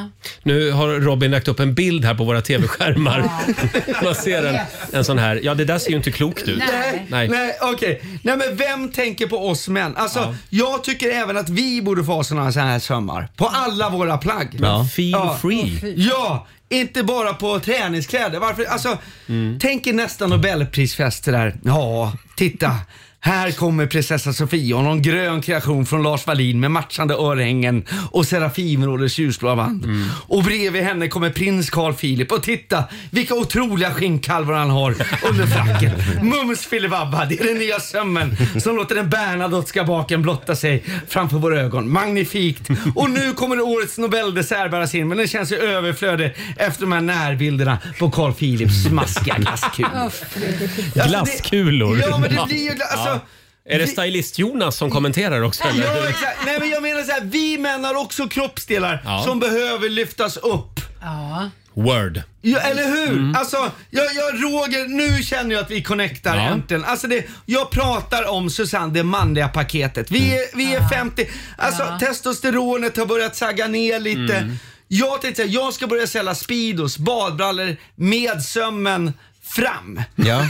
Nu har Robin lagt upp en bild här på våra tv-skärmar. Man ser en, en sån här. Ja, det där ser ju inte klokt ut. Nej, Nej. nej, okej. Nej, men vem tänker på oss män? Alltså, Ja. jag tycker även att vi borde få ha såna här sömmar. På alla våra plagg. Men feel Ja. free. Ja, inte bara på träningskläder. Varför? Alltså, Mm. tänk er nästan Nobelprisfester där. Ja, titta. Här kommer prinsessa Sofia och någon grön kreation från Lars Wallin med matchande örhängen och Serafinrådets ljusblå band. Mm. Och bredvid henne kommer prins Carl Philip. Och titta vilka otroliga skinnkalvar han har under fracken. Mums filibabba, det är den nya sömmen som låter den bernadotteska baken blotta sig framför våra ögon. Magnifikt. Och nu kommer årets Nobeldessert bäras in, men den känns ju överflödig efter de här närbilderna på Carl Philips smaskiga glasskulor. Alltså, det- Glasskulor. Ja, men det blir ju gla- alltså, Ja. Är det stylist Jonas som kommenterar också? Eller? Ja, exakt. Nej, men jag menar så här, vi män har också kroppsdelar Ja. som behöver lyftas upp. Ja. Word. Ja, eller hur? Mm. Alltså, jag, jag, Roger, nu känner jag att vi connectar Ja. äntligen. Alltså det, jag pratar om Susanne, det manliga paketet. Vi är, vi är femtio, alltså Ja. testosteronet har börjat sagga ner lite. Mm. Jag tänkte säga, jag ska börja sälja Speedos, badbrallor med sömmen fram. Ja.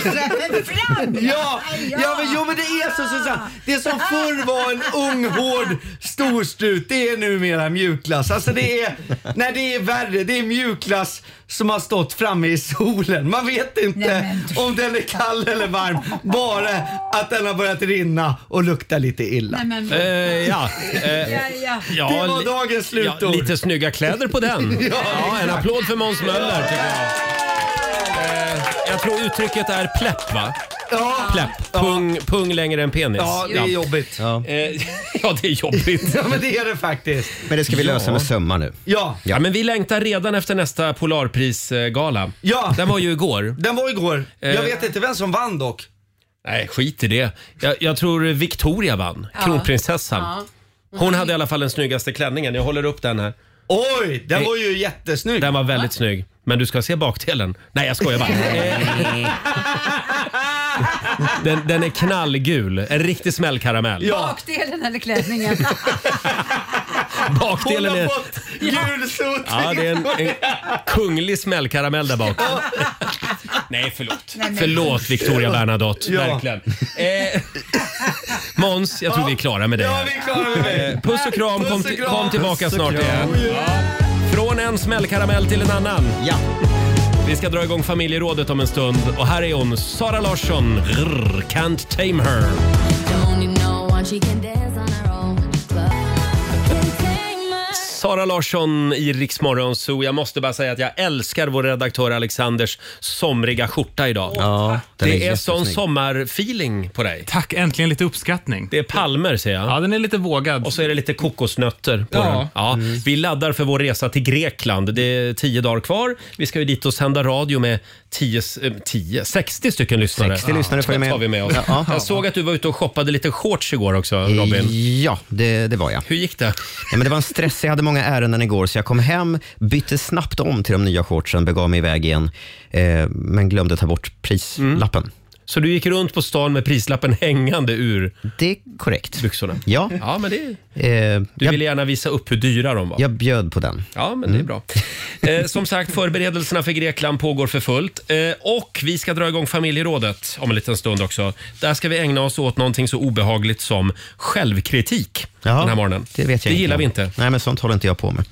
Fram! Ja, ja men, jo, men det är så Susanne. Det som förr var en ung, hård storstrut, det är numera mjukglass. Alltså det är, när det är värre, det är mjukglass som har stått framme i solen. Man vet inte Nej, om den är kall eller varm. Bara att den har börjat rinna och lukta lite illa. Nej, men, Eh, ja. Eh, ja, ja. ja, Det var li- dagens slutord. Ja, lite snygga kläder på den. Ja, Ja, en applåd för Måns Möller tycker jag. Eh, jag tror uttrycket är plepp, va? Ja, Plepp. Pung, pung längre än penis. ja det är jobbigt. Ja. Eh, ja, det är jobbigt. Ja, men det är det faktiskt. Men det ska vi lösa Ja. med sömmar nu. Ja, Ja, men vi längtar redan efter nästa Polarprisgala. ja. Den var ju igår. Den var igår. Jag Eh. vet inte vem som vann dock. Nej, skit i det. Jag, jag tror Victoria vann, kronprinsessan. Ja. Hon hade i alla fall den snyggaste klänningen. Jag håller upp den här. Oj, den Eh. var ju jättesnygg. Den var väldigt snygg. Men du ska se bakdelen. Nej, jag skojar bara. Eh, den, den är knallgul. En riktig smällkaramell. Ja. Bakdelen eller klänningen? Hon Bakdelen har är... fått gulsot. Ja, det är en, en kunglig smällkaramell där bak. Nej, förlåt. Nej, men- Förlåt, Victoria Bernadotte. Ja. Verkligen. Eh, Måns, jag tror vi är klara med det Ja, här. vi är klara med det. Eh, Puss och kram, kom, Puss och till, kram. kom tillbaka Puss och snart kram. igen. Ja. Från en smällkaramell till en annan. Ja. Vi ska dra igång familjerådet om en stund. Och här är hon, Sara Larsson. Grrr, Can't tame her. Don't you know when she can dance on her own? But I can take my Sara Sara Larsson i Rix Morgon Zoo. Jag måste bara säga att jag älskar vår redaktör Alexanders somriga skjorta idag. Ja, den det är är sån jättesnygg. sommarfeeling på dig. Tack, äntligen lite uppskattning. Det är palmer ser jag. Ja, den är lite vågad. Och så är det lite kokosnötter på Ja. den. Ja. Mm. Vi laddar för vår resa till Grekland. Det är tio dagar kvar. Vi ska ju dit och sända radio med tio, tio, sextio stycken lyssnare. sextio lyssnare får Det jag med. tar vi med oss. Ja, ja. Jag såg att du var ute och shoppade lite shorts igår också, Robin. Ja, det, det var jag. Hur gick det? Ja, men det var en stress. Jag hade många ärenden igår så jag kom hem, bytte snabbt om till de nya shortsen, begav mig iväg igen eh, men glömde ta bort prislappen. Mm. Så du gick runt på stan med prislappen hängande ur Det är korrekt. byxorna? Ja. Ja, men det, Eh, du jag, ville gärna visa upp hur dyra de var. jag bjöd på den. Ja, men det är bra. Eh, som sagt, förberedelserna för Grekland pågår för fullt. Eh, och vi ska dra igång familjerådet om en liten stund också. Där ska vi ägna oss åt någonting så obehagligt som självkritik Jaha, den här morgonen. Det vet jag Det gillar vi om. inte. Nej, men sånt håller inte jag på med.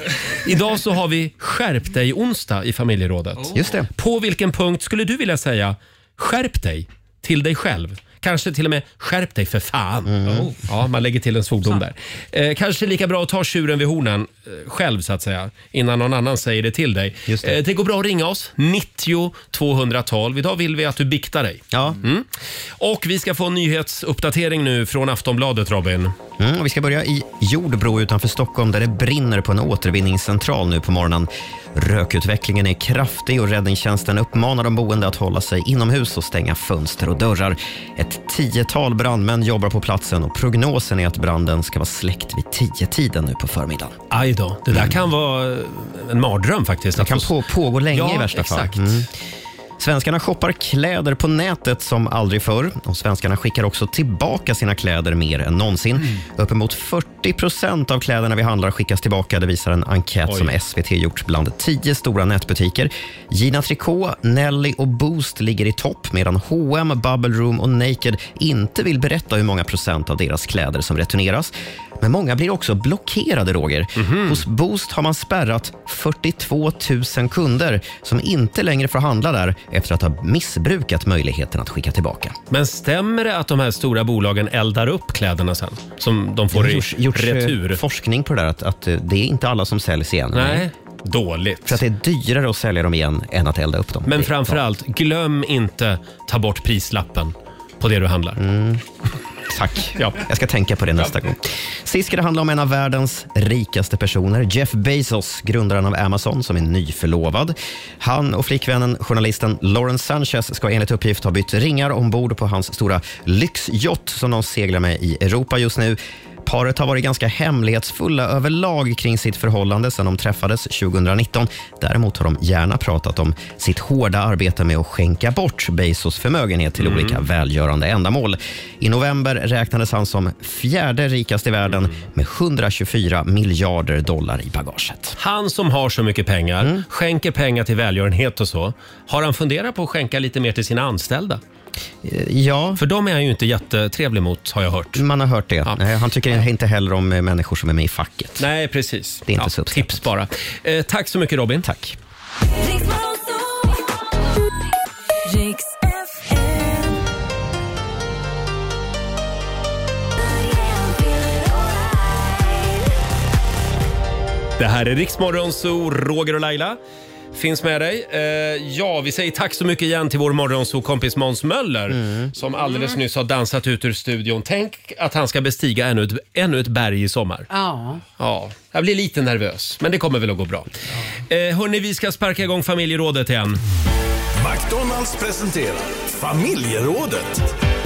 Idag så har vi skärp dig onsdag i familjerådet. Just det. På vilken punkt skulle du vilja säga skärp dig till dig själv? Kanske till och med skärp dig för fan. Mm. Ja, man lägger till en svordom där. Eh, kanske lika bra att ta tjuren vid hornen eh, själv så att säga, innan någon annan säger det till dig. Just det. Eh, det går bra att ringa oss, nittio tvåhundratolv. Idag vill vi att du biktar dig. Ja. Mm. Och vi ska få en nyhetsuppdatering nu från Aftonbladet, Robin. Mm, och vi ska börja i Jordbro utanför Stockholm där det brinner på en återvinningscentral nu på morgonen. Rökutvecklingen är kraftig och räddningstjänsten uppmanar de boende att hålla sig inomhus och stänga fönster och dörrar. Ett tiotal brandmän jobbar på platsen och prognosen är att branden ska vara släckt vid tio-tiden nu på förmiddagen. Aj då, det där kan vara en mardröm faktiskt. Det kan Att få- på, pågå länge Ja, i värsta exakt. fall. Mm. Svenskarna shoppar kläder på nätet som aldrig förr och svenskarna skickar också tillbaka sina kläder mer än någonsin. Mm. Uppemot fyrtio procent av kläderna vi handlar skickas tillbaka. Det visar en enkät Oj. som S V T gjort bland tio stora nätbutiker. Gina Tricot, Nelly och Boost ligger i topp medan H och M, Bubble Room och Naked inte vill berätta hur många procent av deras kläder som returneras. Men många blir också blockerade, Roger. Mhm. Hos Boost har man spärrat fyrtiotvå tusen kunder som inte längre får handla där efter att ha missbrukat möjligheten att skicka tillbaka. Men stämmer det att de här stora bolagen eldar upp kläderna sen? Som de får Det har i gjorts, gjorts retur? eh, forskning på det där att, att eh, det är inte alla som säljs igen. Nej, dåligt. För att det är dyrare att sälja dem igen än att elda upp dem. Men Det- framförallt, glöm inte ta bort prislappen på det du handlar. Mm. Tack. Ja. Jag ska tänka på det nästa gång. Sist ska det handla om en av världens rikaste personer, Jeff Bezos, grundaren av Amazon, som är nyförlovad. Han och flickvännen, journalisten Lauren Sanchez, ska enligt uppgift ha bytt ringar ombord på hans stora lyxjott som de seglar med i Europa just nu. Paret har varit ganska hemlighetsfulla överlag kring sitt förhållande sedan de träffades tjugonitton. Däremot har de gärna pratat om sitt hårda arbete med att skänka bort Bezos förmögenhet till Mm. olika välgörande ändamål. I november räknades han som fjärde rikast i världen med hundratjugofyra miljarder dollar i bagaget. Han som har så mycket pengar, Mm. skänker pengar till välgörenhet och så. Har han funderat på att skänka lite mer till sina anställda? Ja. För de är han ju inte jättetrevlig mot, har jag hört. Man har hört det. Nej, han tycker inte heller om eh, människor som är med i facket. Nej, precis. Det är inte Ja, så uppskattat. tips bara. Eh, tack så mycket, Robin. Tack. Riks F M. Det här är Riksmorgon Zoo, Roger och Laila finns med dig. Eh, ja, vi säger tack så mycket igen till vår morgonzoo-kompis Måns Möller Mm. som alldeles nyss har dansat ut ur studion. Tänk att han ska bestiga ännu ett, ännu ett berg i sommar. Ja. Ja, jag blir lite nervös, men det kommer väl att gå bra. Eh, hörni, vi ska sparka igång familjerådet igen. McDonalds presenterar Familjerådet.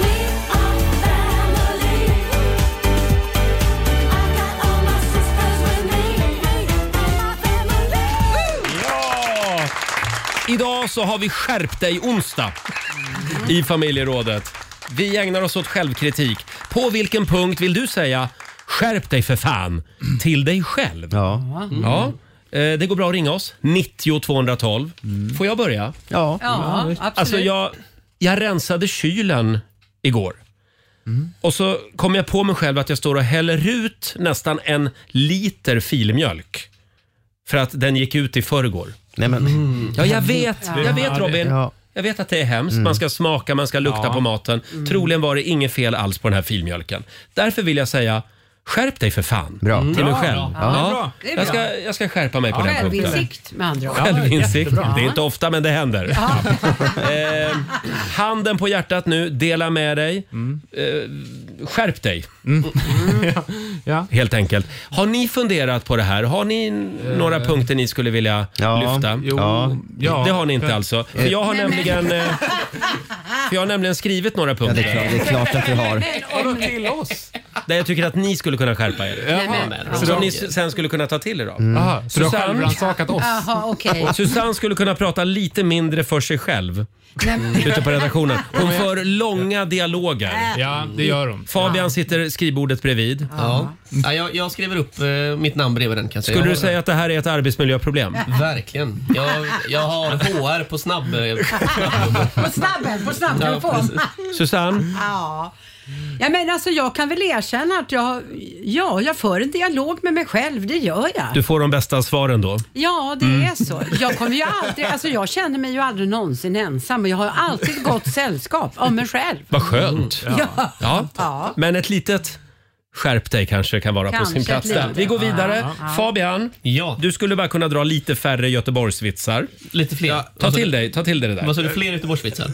Ja! Idag så har vi skärpt dig onsdag i familjerådet. Vi ägnar oss åt självkritik. På vilken punkt vill du säga skärp dig för fan till dig själv? Ja. Ja. Eh, Det går bra att ringa oss. nittio tvåhundratolv. Får jag börja? Ja. Ja, absolut. Alltså jag, jag rensade kylen igår. Och så kom jag på mig själv att jag står och häller ut nästan en liter filmjölk. För att den gick ut i förrgår. Nej, men... Ja, jag vet. Jag vet, Robin. Ja. Jag vet att det är hemskt. Mm. Man ska smaka, man ska lukta Ja. på maten. Troligen var det inget fel alls på den här filmjölken. Därför vill jag säga, Skärp dig för fan. Bra. Till mig Bra, själv. bra. Ja. Det är bra. Jag, ska, jag ska skärpa mig på Ja, den punkten. självinsikt med andra ord. Självinsikt. Ja, Det är inte ofta, men det händer. eh, handen på hjärtat nu. Dela med dig. Mm. Eh, skärp dig. Mm. ja. Ja. Helt enkelt. Har ni funderat på det här? Har ni några punkter ni skulle vilja Ja. lyfta? Jo. Ja. Ja. Det har ni inte alltså. För jag har nämligen eh, för jag har nämligen skrivit några punkter. Ja, det är klart- det är klart att du har. Vadå till oss? Där jag tycker att ni skulle kunna skärpa er. Jaha. Nej, men, Så som ni s- sen skulle kunna ta till er av. Mm. Aha, så du har självrannsakat oss? Jaha, okej. Susanne skulle kunna prata lite mindre för sig själv. Ute på redaktionen. Hon för långa dialoger. Ja, det gör hon. Fabian sitter skrivbordet bredvid. Ja. Ja, jag, jag skriver upp eh, mitt namn bredvid den kan jag säga. Skulle du Jag- säga att det här är ett arbetsmiljöproblem? Verkligen. Jag, jag har H R på snabb... På snabben, på snabbtelefon. Susanne? Ja. Ja, men alltså jag kan väl erkänna att jag, ja, jag för en dialog med mig själv, det gör jag. Du får de bästa svaren då. Ja, det Mm. är så. Jag kommer ju aldrig, alltså jag känner mig ju aldrig någonsin ensam och jag har alltid gott sällskap av mig själv. Vad skönt. Ja. Ja. Ja. Men ett litet skärp dig kanske kan vara Kanske på sin plats ett där. litet. Vi går vidare. Ja, ja. Fabian, ja. du skulle bara kunna dra lite färre Göteborgsvitsar. Lite fler. Ta till dig, ta till dig det där. Vad sa du, fler Göteborgsvitsar?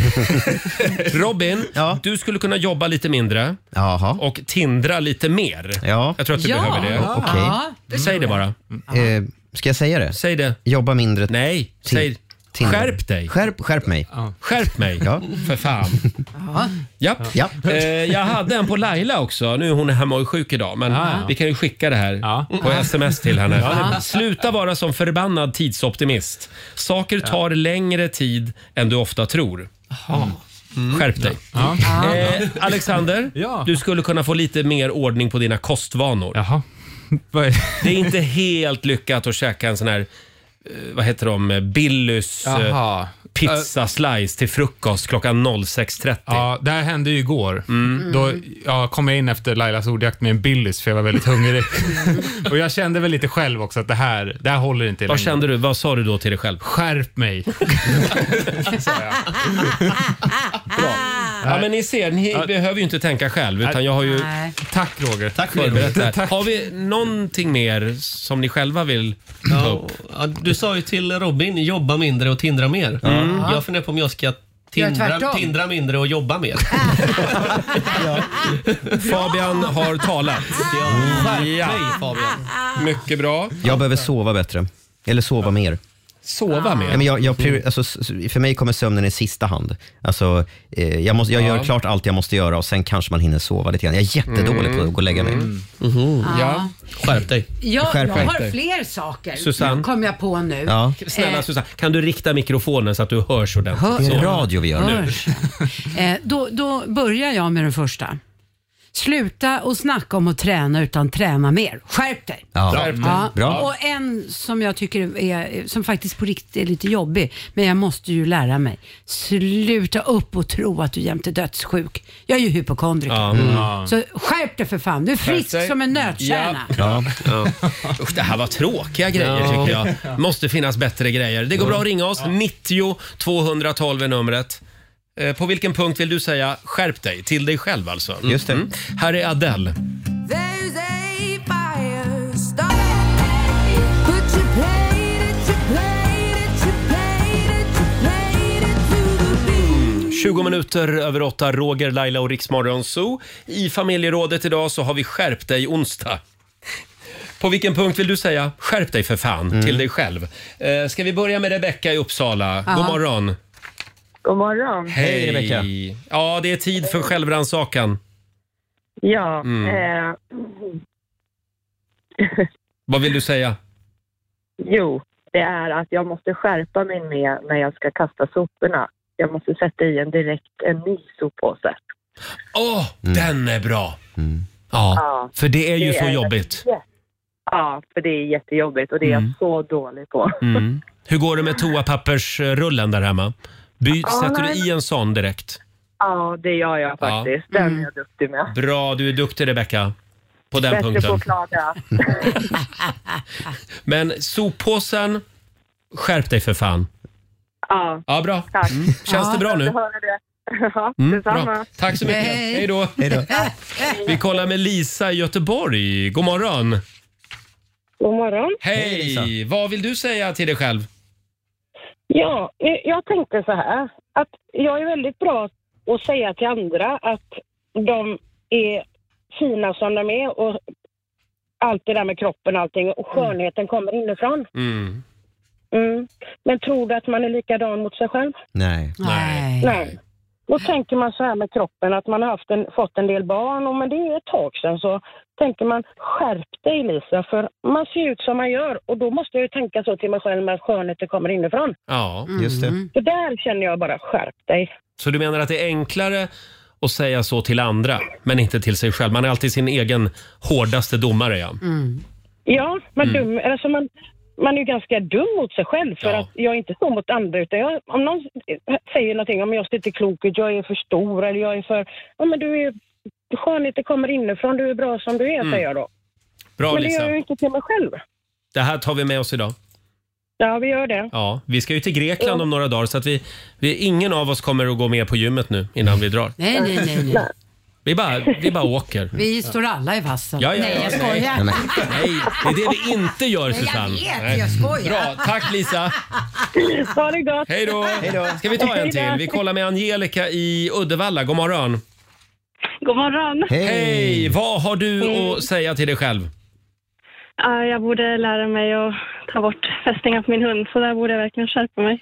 Robin, du skulle kunna jobba lite mindre och tindra lite mer. Ja. Jag tror att du Ja. behöver det. Okej. Ja, det Säg det bara. Eh, ska jag säga det? Säg det. Jobba mindre. Nej, säg Tinder. skärp dig. Skärp, skärp mig. Skärp mig, Ja. för fan. Ja. Ja. Eh, jag hade en på Laila också. Nu är hon hemma och är sjuk idag. Men Ja, ja. vi kan ju skicka det här på sms till henne. Ja, det är bra. Sluta vara som förbannad tidsoptimist. Saker tar längre tid än du ofta tror. Mm. Skärp dig. Ja. Eh, Alexander, Ja. du skulle kunna få lite mer ordning på dina kostvanor. Jaha. Det är inte helt lyckat att käka en sån här, eh, vad heter de, Billys eh, Jaha. pizza slice till frukost klockan sex trettio. Ja, det här hände ju igår. Mm. Då ja, kom jag in efter Lailas ordjakt med en Billys för jag var väldigt hungrig. Och jag kände väl lite själv också att det här, det här håller inte Vad längre. kände du? Vad sa du då till dig själv? Skärp mig. Sa jag. Ja, men ni ser, ni Ja. behöver ju inte tänka själv utan jag har ju Nej. Tack Roger. Tack för förberett det det. här. Tack. Har vi någonting mer som ni själva vill ta Ja, upp? ja, du sa ju till Robin, jobba mindre och tindra mer. Jag funderar på om jag ska Gör tindra, tvärtom. tindra mindre och jobba mer. Fabian har talat. Skärp Ja. dig Fabian. Mycket bra. Jag behöver sova bättre. Eller sova mer. Sova Ja, mer? men jag, jag prior- alltså, s- s- för mig kommer sömnen i sista hand. Alltså, eh, jag måste, jag Ja. gör klart allt jag måste göra och sen kanske man hinner sova lite grann. Jag är jättedålig på att gå och lägga mig. Mm. Ja. Skärp dig. Jag, Skärp jag dig. har fler saker. Susanne? Kom jag på nu. Ja. Snälla Eh, Susanne, kan du rikta mikrofonen så att du hörs ordentligt? Hör- Det är Så. radio vi gör nu. Hörs. eh, då, då börjar jag med den första. Sluta och snacka om att träna utan träna mer. Skärp dig! Ja. Skärp dig. Ja. Bra. Och en som jag tycker är, som faktiskt på riktigt är lite jobbig, men jag måste ju lära mig. Sluta upp och tro att du jämt är dödssjuk. Jag är ju hypokondriker. Ja. Mm. Så skärp dig för fan. Du är frisk dig. som en nötkärna. Ja. Usch, det här var tråkiga grejer Ja. tycker jag. Måste finnas bättre grejer. Det går bra att ringa oss. nittio tvåhundratolv är numret. Eh, På vilken punkt vill du säga skärp dig? Till dig själv alltså. Mm. Just det. Här är Adele. There's a fire started. But you played it, you played it, you played it, you played it to the beat. tjugo minuter över åtta, Roger, Laila och Riksmorgon Zoo. I familjerådet idag så har vi skärp dig onsdag. På vilken punkt vill du säga skärp dig för fan till dig själv? Eh, ska vi börja med Rebecka i Uppsala? God Aha. morgon. God morgon. Hej Rebecka. Ja, det är tid för självrannsakan. Ja, Mm. eh, Vad vill du säga? jo, det är att jag måste skärpa mig med när jag ska kasta soporna. Jag måste sätta i en direkt en ny soppåse. Åh, den är bra! Mm. Ja, Ja, för det är ju det så är- jobbigt. Ja, för det är jättejobbigt och det är Mm. jag så dålig på. Mm. Hur går det med toapappersrullen där hemma? By, Ja, sätter nej, du i en sån direkt? Ja, det gör jag faktiskt. Ja. Den är jag duktig med. Bra, du är duktig Rebecka. På den Bättre på punkten. att klaga. Men soppåsen, skärp dig för fan. Ja, Ja, bra. tack. Mm. Känns det bra nu? Jag hörde det. Ja, Mm, detsamma. bra. Tack så mycket. Hej. Hej då. Hej då. Vi kollar med Lisa i Göteborg. God morgon. God morgon. Hej! Vad vill du säga till dig själv? Ja, jag tänkte så här. Att jag är väldigt bra att säga till andra att de är fina som de är och allt det där med kroppen och allting och skönheten kommer inifrån. Mm. Mm. Men tror du att man är likadan mot sig själv? Nej. Nej. Nej. Då tänker man så här med kroppen att man har haft en, fått en del barn och men det är ett tag sedan så tänker man skärp dig Lisa för man ser ut som man gör och då måste jag ju tänka så till mig själv med att skönheten kommer inifrån. Ja, just det. Så där känner jag bara skärp dig. Så du menar att det är enklare att säga så till andra men inte till sig själv? Man är alltid sin egen hårdaste domare, ja. Mm. Ja, man, Mm. dum, alltså man, man är ju ganska dum mot sig själv för Ja. att jag är inte så mot andra utan jag, om någon säger någonting om jag ser inte klok ut, jag är för stor eller jag är för, ja men du är, skönheten kommer inifrån, du är bra som du är Mm. säger jag då. Bra, Men det Lisa. gör jag ju inte till mig själv. Det här tar vi med oss idag. Ja, vi gör det. Ja, vi ska ju till Grekland om några dagar så att vi, vi ingen av oss kommer att gå med på gymmet nu innan vi drar. Nej, nej, nej, nej. Vi bara, vi bara åker. Vi står alla i vassen. Ja, ja, nej, ja, jag skojar. nej. Nej, det är det vi inte gör, Nej, jag Susanne. vet, Nej. jag skojar. Bra, tack Lisa. Ha det gott. Hej då. Ska vi ta en till? Vi kollar med Angelica i Uddevalla. God morgon. God morgon. Hej! Vad har du att säga till dig själv? Ja, jag borde lära mig att ta bort fästingar på min hund så där borde jag verkligen skärpa mig.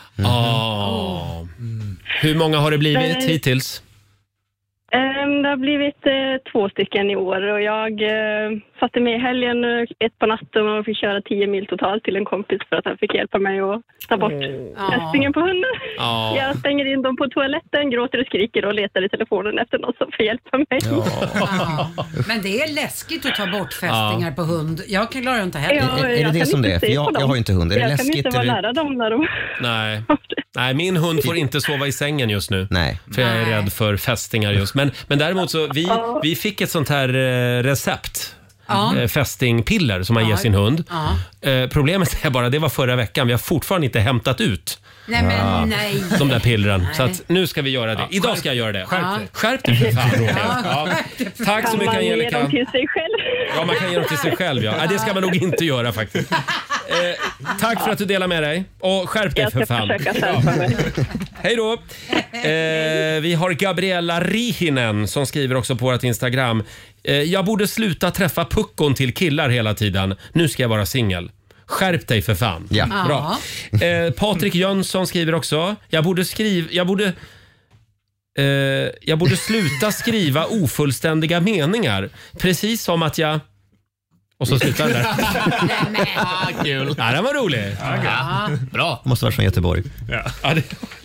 Ah. Hur många har det blivit Nej. hittills? Ehm, Det har blivit eh, två stycken i år och jag eh, satte mig i helgen eh, ett på natten och fick köra tio mil totalt till en kompis för att han fick hjälpa mig att ta bort fästingen på hunden. Ja. Jag stänger in dem på toaletten, gråter och skriker och letar i telefonen efter någon som får hjälpa mig. Ja. Men det är läskigt att ta bort fästingar på hund. Jag kan klara inte heller. Ja, Är, är det jag det kan som inte det är? För se på jag, dem. jag har ju inte hund. Är det jag läskigt? kan inte vara eller? nära dem när de... Nej. Nej, min hund får inte sova i sängen just nu. Nej. För jag är Nej. rädd för fästingar just. Men, men däremot så, vi, vi fick ett sånt här eh, recept. Ja. Eh, fästingpiller som man Ja. ger sin hund. Ja. Eh, problemet är bara, det var förra veckan. Vi har fortfarande inte hämtat ut Nej, men nej. de där pillren. Nej. Så att nu ska vi göra det. Idag ska jag göra det. Skärp dig. Skärp dig för fan, Roger. Ja. Tack så Kan mycket, man ge Angelica. dem till sig själv? Ja, man kan ge dem till sig själv. Ja. Nej, det ska man nog inte göra faktiskt. Eh, tack för att du delar med dig. Och skärp dig Jag för ska fan. försöka skärpa mig. Hej då! Eh, vi har Gabriella Rihinen som skriver också på vårt Instagram. Eh, jag borde sluta träffa puckon till killar hela tiden. Nu ska jag vara singel. Skärp dig för fan. Ja. Bra. Eh, Patrik Jönsson skriver också. Jag borde skriva... Jag borde... Eh, jag borde sluta skriva ofullständiga meningar. Precis som att jag... Och så slutar den där. Ah, kul. Ja, den var rolig. Ja. Bra. Måste vara från Göteborg. Ja, det...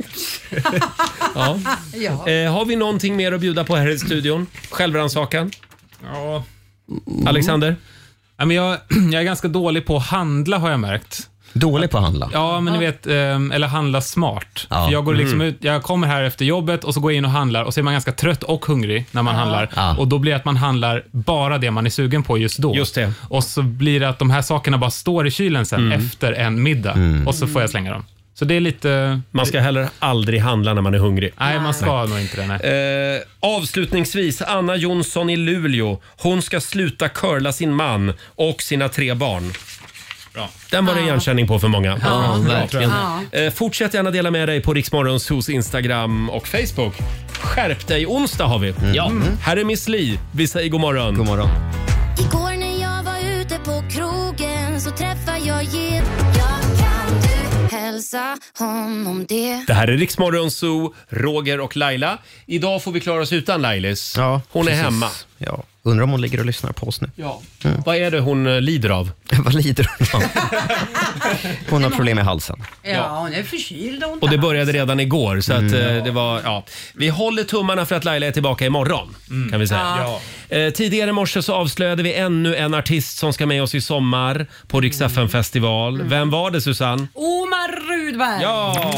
ja. Ja. Eh, har vi någonting mer att bjuda på här i studion? Självrannsakan? Ja. Alexander? Ja, men jag, jag är ganska dålig på att handla har jag märkt. Dålig på att handla? Ja, men ni vet, ehm, eller handla smart. Ja. För jag, går liksom Mm. ut, jag kommer här efter jobbet och så går jag in och handlar och så är man ganska trött och hungrig när man handlar. Ja. Och då blir det att man handlar bara det man är sugen på just då. Just det. Och så blir det att de här sakerna bara står i kylen sen Mm. efter en middag. Mm. Och så får jag slänga dem. Så det är lite... Man ska heller aldrig handla när man är hungrig. Nej, man ska nog inte det. Nej. Eh, avslutningsvis, Anna Jonsson i Luleå. Hon ska sluta curla sin man och sina tre barn. Bra. Den var det igenkänning på för många. Ja, verkligen. Eh, fortsätt gärna dela med dig på Riksmorgonsos Instagram och Facebook. Skärp dig, onsdag har vi. Ja. Mm. Här är Miss Li. Vi säger god morgon. God morgon. Igår när jag var ute på krogen så träffade jag Jed. Jag kan du hälsa honom det. Det här är Riksmorgonso, Roger och Laila. Idag får vi klara oss utan Lailis. Ja, hon är precis. hemma. Ja. Undrar om hon ligger och lyssnar på oss nu. Ja. Vad är det hon eh, lider av? Vad lider hon av? Hon har problem med halsen. Ja, hon är förkyld och ont Och det i började redan igår. Så att, eh, det var, ja. Vi håller tummarna för att Laila är tillbaka imorgon. Kan vi säga. Eh, tidigare i morse så avslöjade vi ännu en artist som ska med oss i sommar på Rix F M-festival. Vem var det, Susanne? Omar Rudberg. Ja!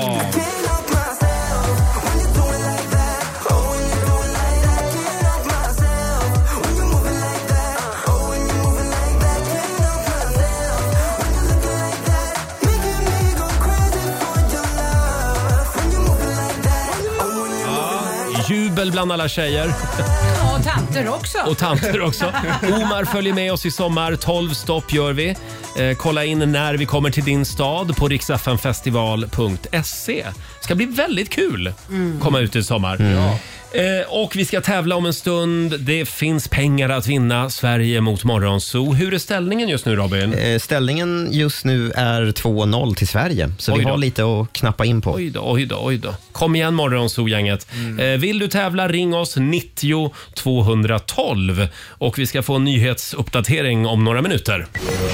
snäll bland alla tjejer. Ja, och tanter också. Och tanter också. Omar följer med oss i sommar. tolv stopp gör vi. Eh, kolla in när vi kommer till din stad på riks f m festival punkt se. Ska bli väldigt kul Mm. komma ut i sommar. Ja. Eh, och vi ska tävla om en stund. Det finns pengar att vinna. Sverige mot Morgonzoo. Hur är ställningen just nu, Robin? Eh, Ställningen just nu är två noll till Sverige, så Oj vi då. har lite att knappa in på. Oj då, oj då, oj då. Kom igen Morgonzoo-gänget. Eh, vill du tävla, ring oss nittio tvåhundratolv. Och vi ska få en nyhetsuppdatering om några minuter.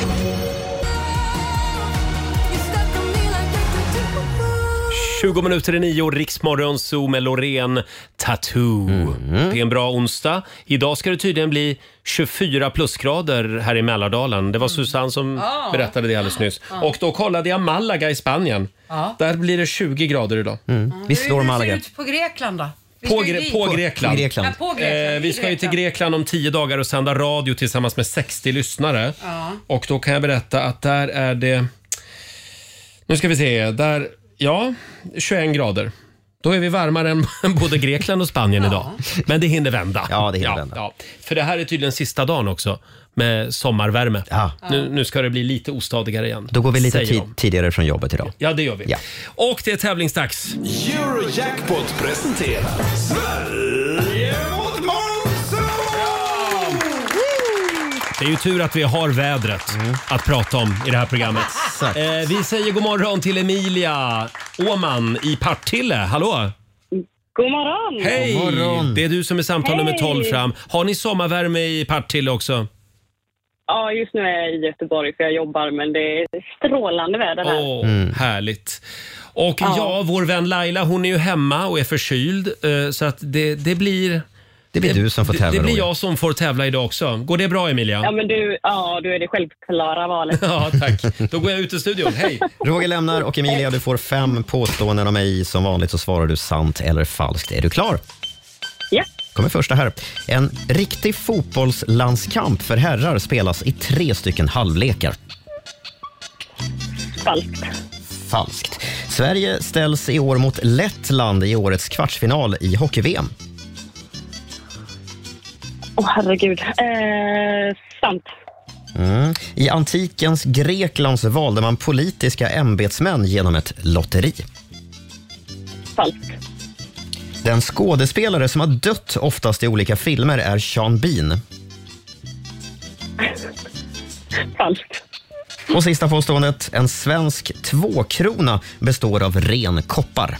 tjugo minuter i nio, Riksmorgonzoo med Loreen Tattoo. Mm. Det är en bra onsdag. Idag ska det tydligen bli tjugofyra plusgrader här i Mälardalen. Det var Susanne som Ja. berättade det alldeles nyss. Ja. Och då kollade jag Malaga i Spanien. Ja. Där blir det tjugo grader idag. Mm. Vi slår Hur ser Malaga. det ut på Grekland då? Vi På, ska ju Gre- dit. på Grekland. Grekland. Ja, på Grekland. Eh, vi I ska ju till Grekland. Grekland om tio dagar och sända radio tillsammans med sextio lyssnare. Ja. Och då kan jag berätta att där är det... Nu ska vi se. Där, ja, tjugoett grader. Då är vi varmare än både Grekland och Spanien idag. Men det hinner vända. Ja, det hinner vända. Ja. För det här är tydligen sista dagen också med sommarvärme. Ja. Nu, nu ska det bli lite ostadigare igen. Då går vi lite säger tid, de. tidigare från jobbet idag. Ja, det gör vi. Ja. Och det är tävlingsdags. Eurojackpot presenterar Sverige mot Det är ju tur att vi har vädret att prata om i det här programmet. Exakt. Eh, vi säger god morgon till Emilia Åman i Partille. Hallå! God morgon! Hej! God morgon. Det är du som är samtal nummer Hej. tolv fram. Har ni sommarvärme i Partille också? Ja, just nu är jag i Göteborg för jag jobbar, men det är strålande väder här. Åh, härligt. Och ja. Ja. vår vän Laila, hon är ju hemma och är förkyld. eh, Så att det, det blir... Det blir du som får tävla, Det, det blir Roger. jag som får tävla idag också. Går det bra, Emilia? Ja, men du, ja, du är det självklara valet. Ja, tack. Då går jag ut i studion. Hej! Roger lämnar och Emilia, du får fem påståenden av mig. Som vanligt så svarar du sant eller falskt. Är du klar? Ja. Kommer första här. En riktig fotbollslandskamp för herrar spelas i tre stycken halvlekar. Falskt. Falskt. Sverige ställs i år mot Lettland i årets kvartsfinal i hockey-V M. Åh, oh, herregud. Eh, sant. Mm. I antikens Grekland så valde man politiska ämbetsmän genom ett lotteri. Falskt. Den skådespelare som har dött oftast i olika filmer är Sean Bean. Falskt. Och sista påståendet. En svensk tvåkrona består av ren koppar.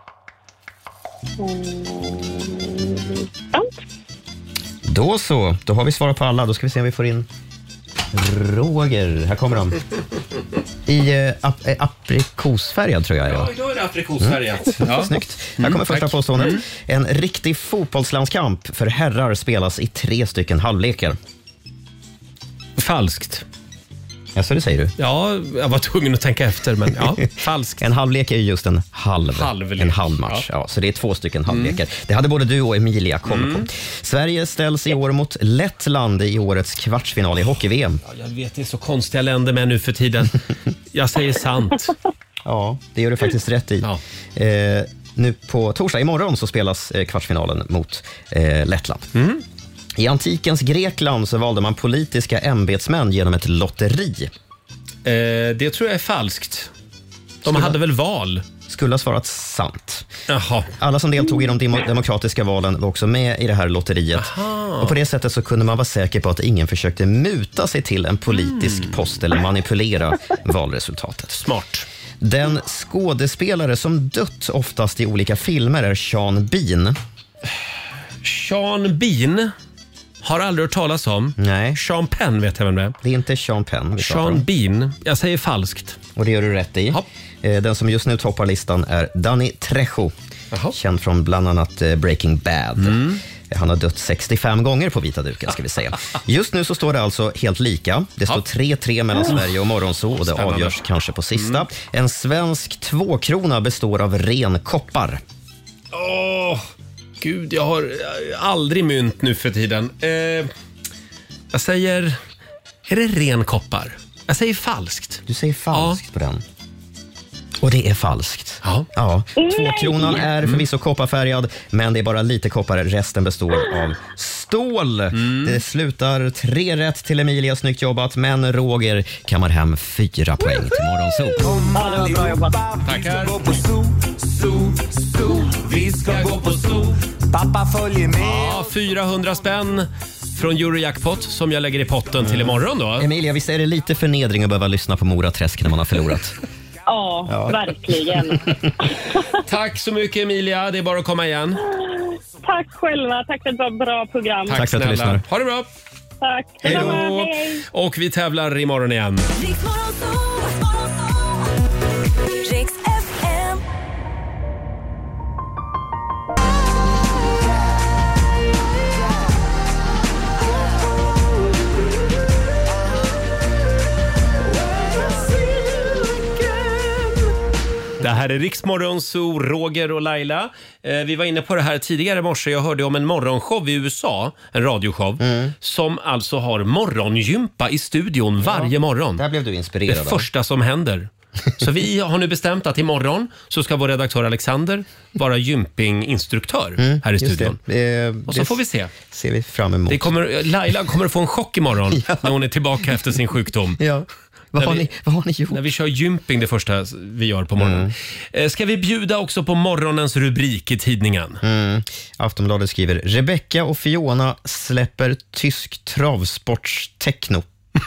Mm, sant. Då så, då har vi svarat på alla. Då ska vi se om vi får in Roger. Här kommer de. I eh, ap- eh, aprikosfärgad tror jag. Ja, då är det aprikosfärgat. Mm. Ja. Snyggt. Här kommer första tack. påståendet. Mm. En riktig fotbollslandskamp för herrar spelas i tre stycken halvlekar. Falskt. Ja, så det säger du. Ja, jag var tvungen att tänka efter, men ja, falskt. En halvlek är ju just en halv, Halvlek. en halv match. Ja. så det är två stycken halvlekar. Det hade både du och Emilia koll på. Sverige ställs i år mot Lettland i årets kvartsfinal i hockey-V M. Ja, jag vet, det är så konstiga länder med nu för tiden. Jag säger sant. Ja, det gör du faktiskt rätt i. Ja. Eh, nu på torsdag, imorgon, så spelas eh, kvartsfinalen mot eh, Lettland. I antikens Grekland så valde man politiska ämbetsmän genom ett lotteri. Eh, det tror jag är falskt. De Skulle- hade väl val? Skulle ha svarat sant. Jaha. Alla som deltog i de demo- demokratiska valen var också med i det här lotteriet. Och på det sättet så kunde man vara säker på att ingen försökte muta sig till en politisk post eller manipulera valresultatet. Smart. Den skådespelare som dött oftast i olika filmer är Sean Bean. Sean Bean har aldrig hört talas om. Nej. Sean Penn vet jag vem det är. Det är inte Sean Penn vi pratar Sean om. Bean. Jag säger falskt. Och det gör du rätt i. Ja. Eh, Den som just nu toppar listan är Danny Trejo. Jaha. Känd från bland annat eh, Breaking Bad. Mm. Han har dött sextiofem gånger på vita duken, ska vi säga. Just nu så står det alltså helt lika. Det står tre tre mellan Sverige och Morgonzoo och det Spännande. avgörs kanske på sista. En svensk tvåkrona består av ren koppar. Åh, gud, jag har eh, aldrig mynt nu för tiden. Eh, jag säger... Är det ren koppar? Jag säger falskt. Du säger falskt på den. Och det är falskt. Ja. ja. Tvåkronan är förvisso kopparfärgad, men det är bara lite koppar. Resten består av stål. Mm. Det slutar tre rätt till Emilia. Snyggt jobbat. Men Roger kammar hem fyra poäng till Morgonzoo. Ja, det var bra jobbat. Tackar. Vi ska gå på zoo. Pappa följer med. Ja, fyrahundra spänn från Eurojackpot som jag lägger i potten till imorgon då. Emilia, visst är det lite förnedring att behöva lyssna på Mora Träsk när man har förlorat? Ja, ja, verkligen. Tack så mycket Emilia, det är bara att komma igen. Tack själva, tack för ett bra, bra program. Tack, Tack för att du lyssnar. Ha det bra. Tack. Hej då. Hej, hej. Och vi tävlar imorgon igen. Riks F M. Det här är Riksmorgon Zoo, Roger och Laila. Eh, vi var inne på det här tidigare i morse. Jag hörde om en morgonshow i U S A, en radioshow, mm. som alltså har morgongympa i studion ja, varje morgon. Där blev du inspirerad. Det första som händer. Så vi har nu bestämt att imorgon så ska vår redaktör Alexander vara gympinginstruktör mm, här i studion. Det. Eh, och så det får vi se. Ser vi fram emot. Det kommer, Laila kommer att få en chock imorgon ja. när hon är tillbaka efter sin sjukdom. Ja. Vad har, vi, ni, vad har ni gjort? När vi kör gymping det första vi gör på morgonen. Mm. Ska vi bjuda också på morgonens rubrik i tidningen? Mm. Aftonbladet skriver: Rebecca och Fiona släpper tysk travsportstechno.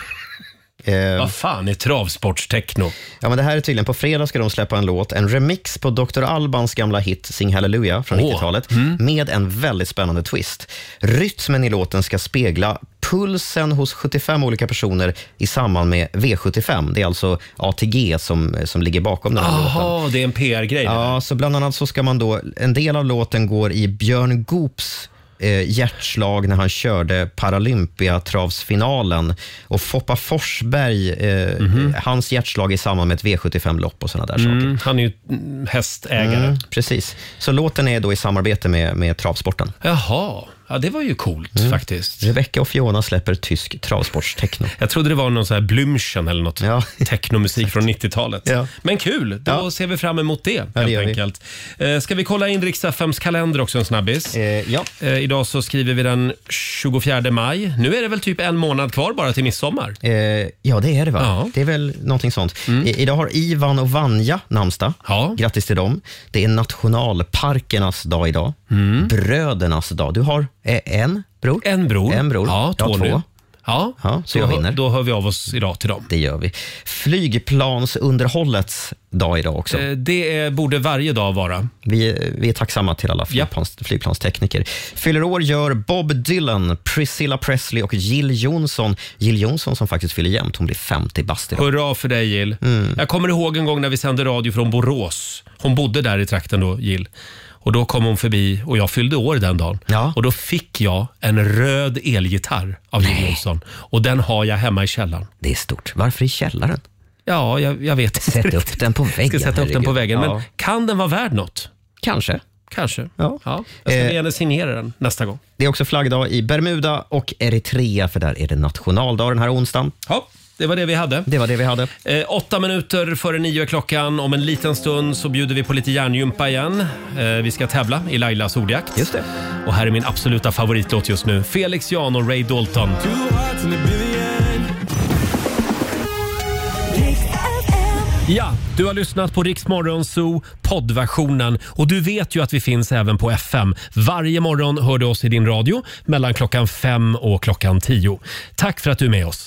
Eh, Vad fan är travsportstechno? Ja, men det här är tydligen på fredag ska de släppa en låt, en remix på doktor Albans gamla hit Sing Hallelujah från oh. nittiotalet mm. med en väldigt spännande twist. Rytmen i låten ska spegla pulsen hos sjuttiofem olika personer i samband med V sjuttiofem. Det är alltså A T G som, som ligger bakom den här Aha, låten. Det är en P R-grej. Ja, så bland annat så ska man då, en del av låten går i Björn Goops Eh, hjärtslag när han körde Paralympiatravsfinalen, och Foppa Forsberg eh, mm-hmm. hans hjärtslag i samband med ett V sjuttiofem-lopp och sådana där mm, saker. Han är ju hästägare. Mm, precis. Så låten är då i samarbete med, med travsporten. Jaha. Ja, det var ju coolt mm. faktiskt. Rebecca och Fiona släpper tysk travsportstechno. Jag trodde det var någon sån här Blümchen eller något ja. technomusik från nittiotalet. Ja. Men kul, då ja. ser vi fram emot det, ja, helt det enkelt. Eh, ska vi kolla in Riks F M:s kalender också en snabbis? Eh, ja. Eh, idag så skriver vi den tjugofjärde maj. Nu är det väl typ en månad kvar bara till midsommar? Eh, ja, det är det va? Ja. Det är väl någonting sånt. Mm. I, idag har Ivan och Vanja namnsdag. Ja. Grattis till dem. Det är nationalparkernas dag idag. Mm. Brödernas dag. Du har en bror? En bror. En bror. Ja, två, ja, två. Nu. Ja, ja, så då, jag vinner. Då hör vi av oss idag till dem. Det gör vi. Flygplansunderhållets dag idag också. Eh, det är, borde varje dag vara. Vi, vi är tacksamma till alla flygplans, ja. flygplanstekniker. Fyller år gör Bob Dylan, Priscilla Presley och Jill Johnson. Jill Johnson som faktiskt fyller jämnt. Hon blir femtio bast idag. Hurra för dig, Jill. Mm. Jag kommer ihåg en gång när vi sände radio från Borås. Hon bodde där i trakten då, Jill. Och då kom hon förbi och jag fyllde år den dagen. Ja. Och då fick jag en röd elgitarr av Jill Johnson. Och den har jag hemma i källaren. Det är stort. Varför i källaren? Ja, jag, jag vet inte. Sätt upp den på väggen. Jag ska sätta upp den på väggen. Ja. Men kan den vara värd något? Kanske. Kanske. Ja. Ja. Jag ska eh, gärna signera den nästa gång. Det är också flaggdag i Bermuda och Eritrea, för där är det nationaldag den här onsdagen. Ja. Det var det vi hade. Det var det vi hade. Eh, åtta minuter före nio klockan. Om en liten stund så bjuder vi på lite hjärngympa igen. Eh, vi ska tävla i Lailas ordjakt. Just det. Och här är min absoluta favoritlåt just nu. Felix Jan och Ray Dalton. Ja, du har lyssnat på Riks Morgon Zoo poddversionen och du vet ju att vi finns även på F M. Varje morgon hör du oss i din radio mellan klockan fem och klockan tio. Tack för att du är med oss.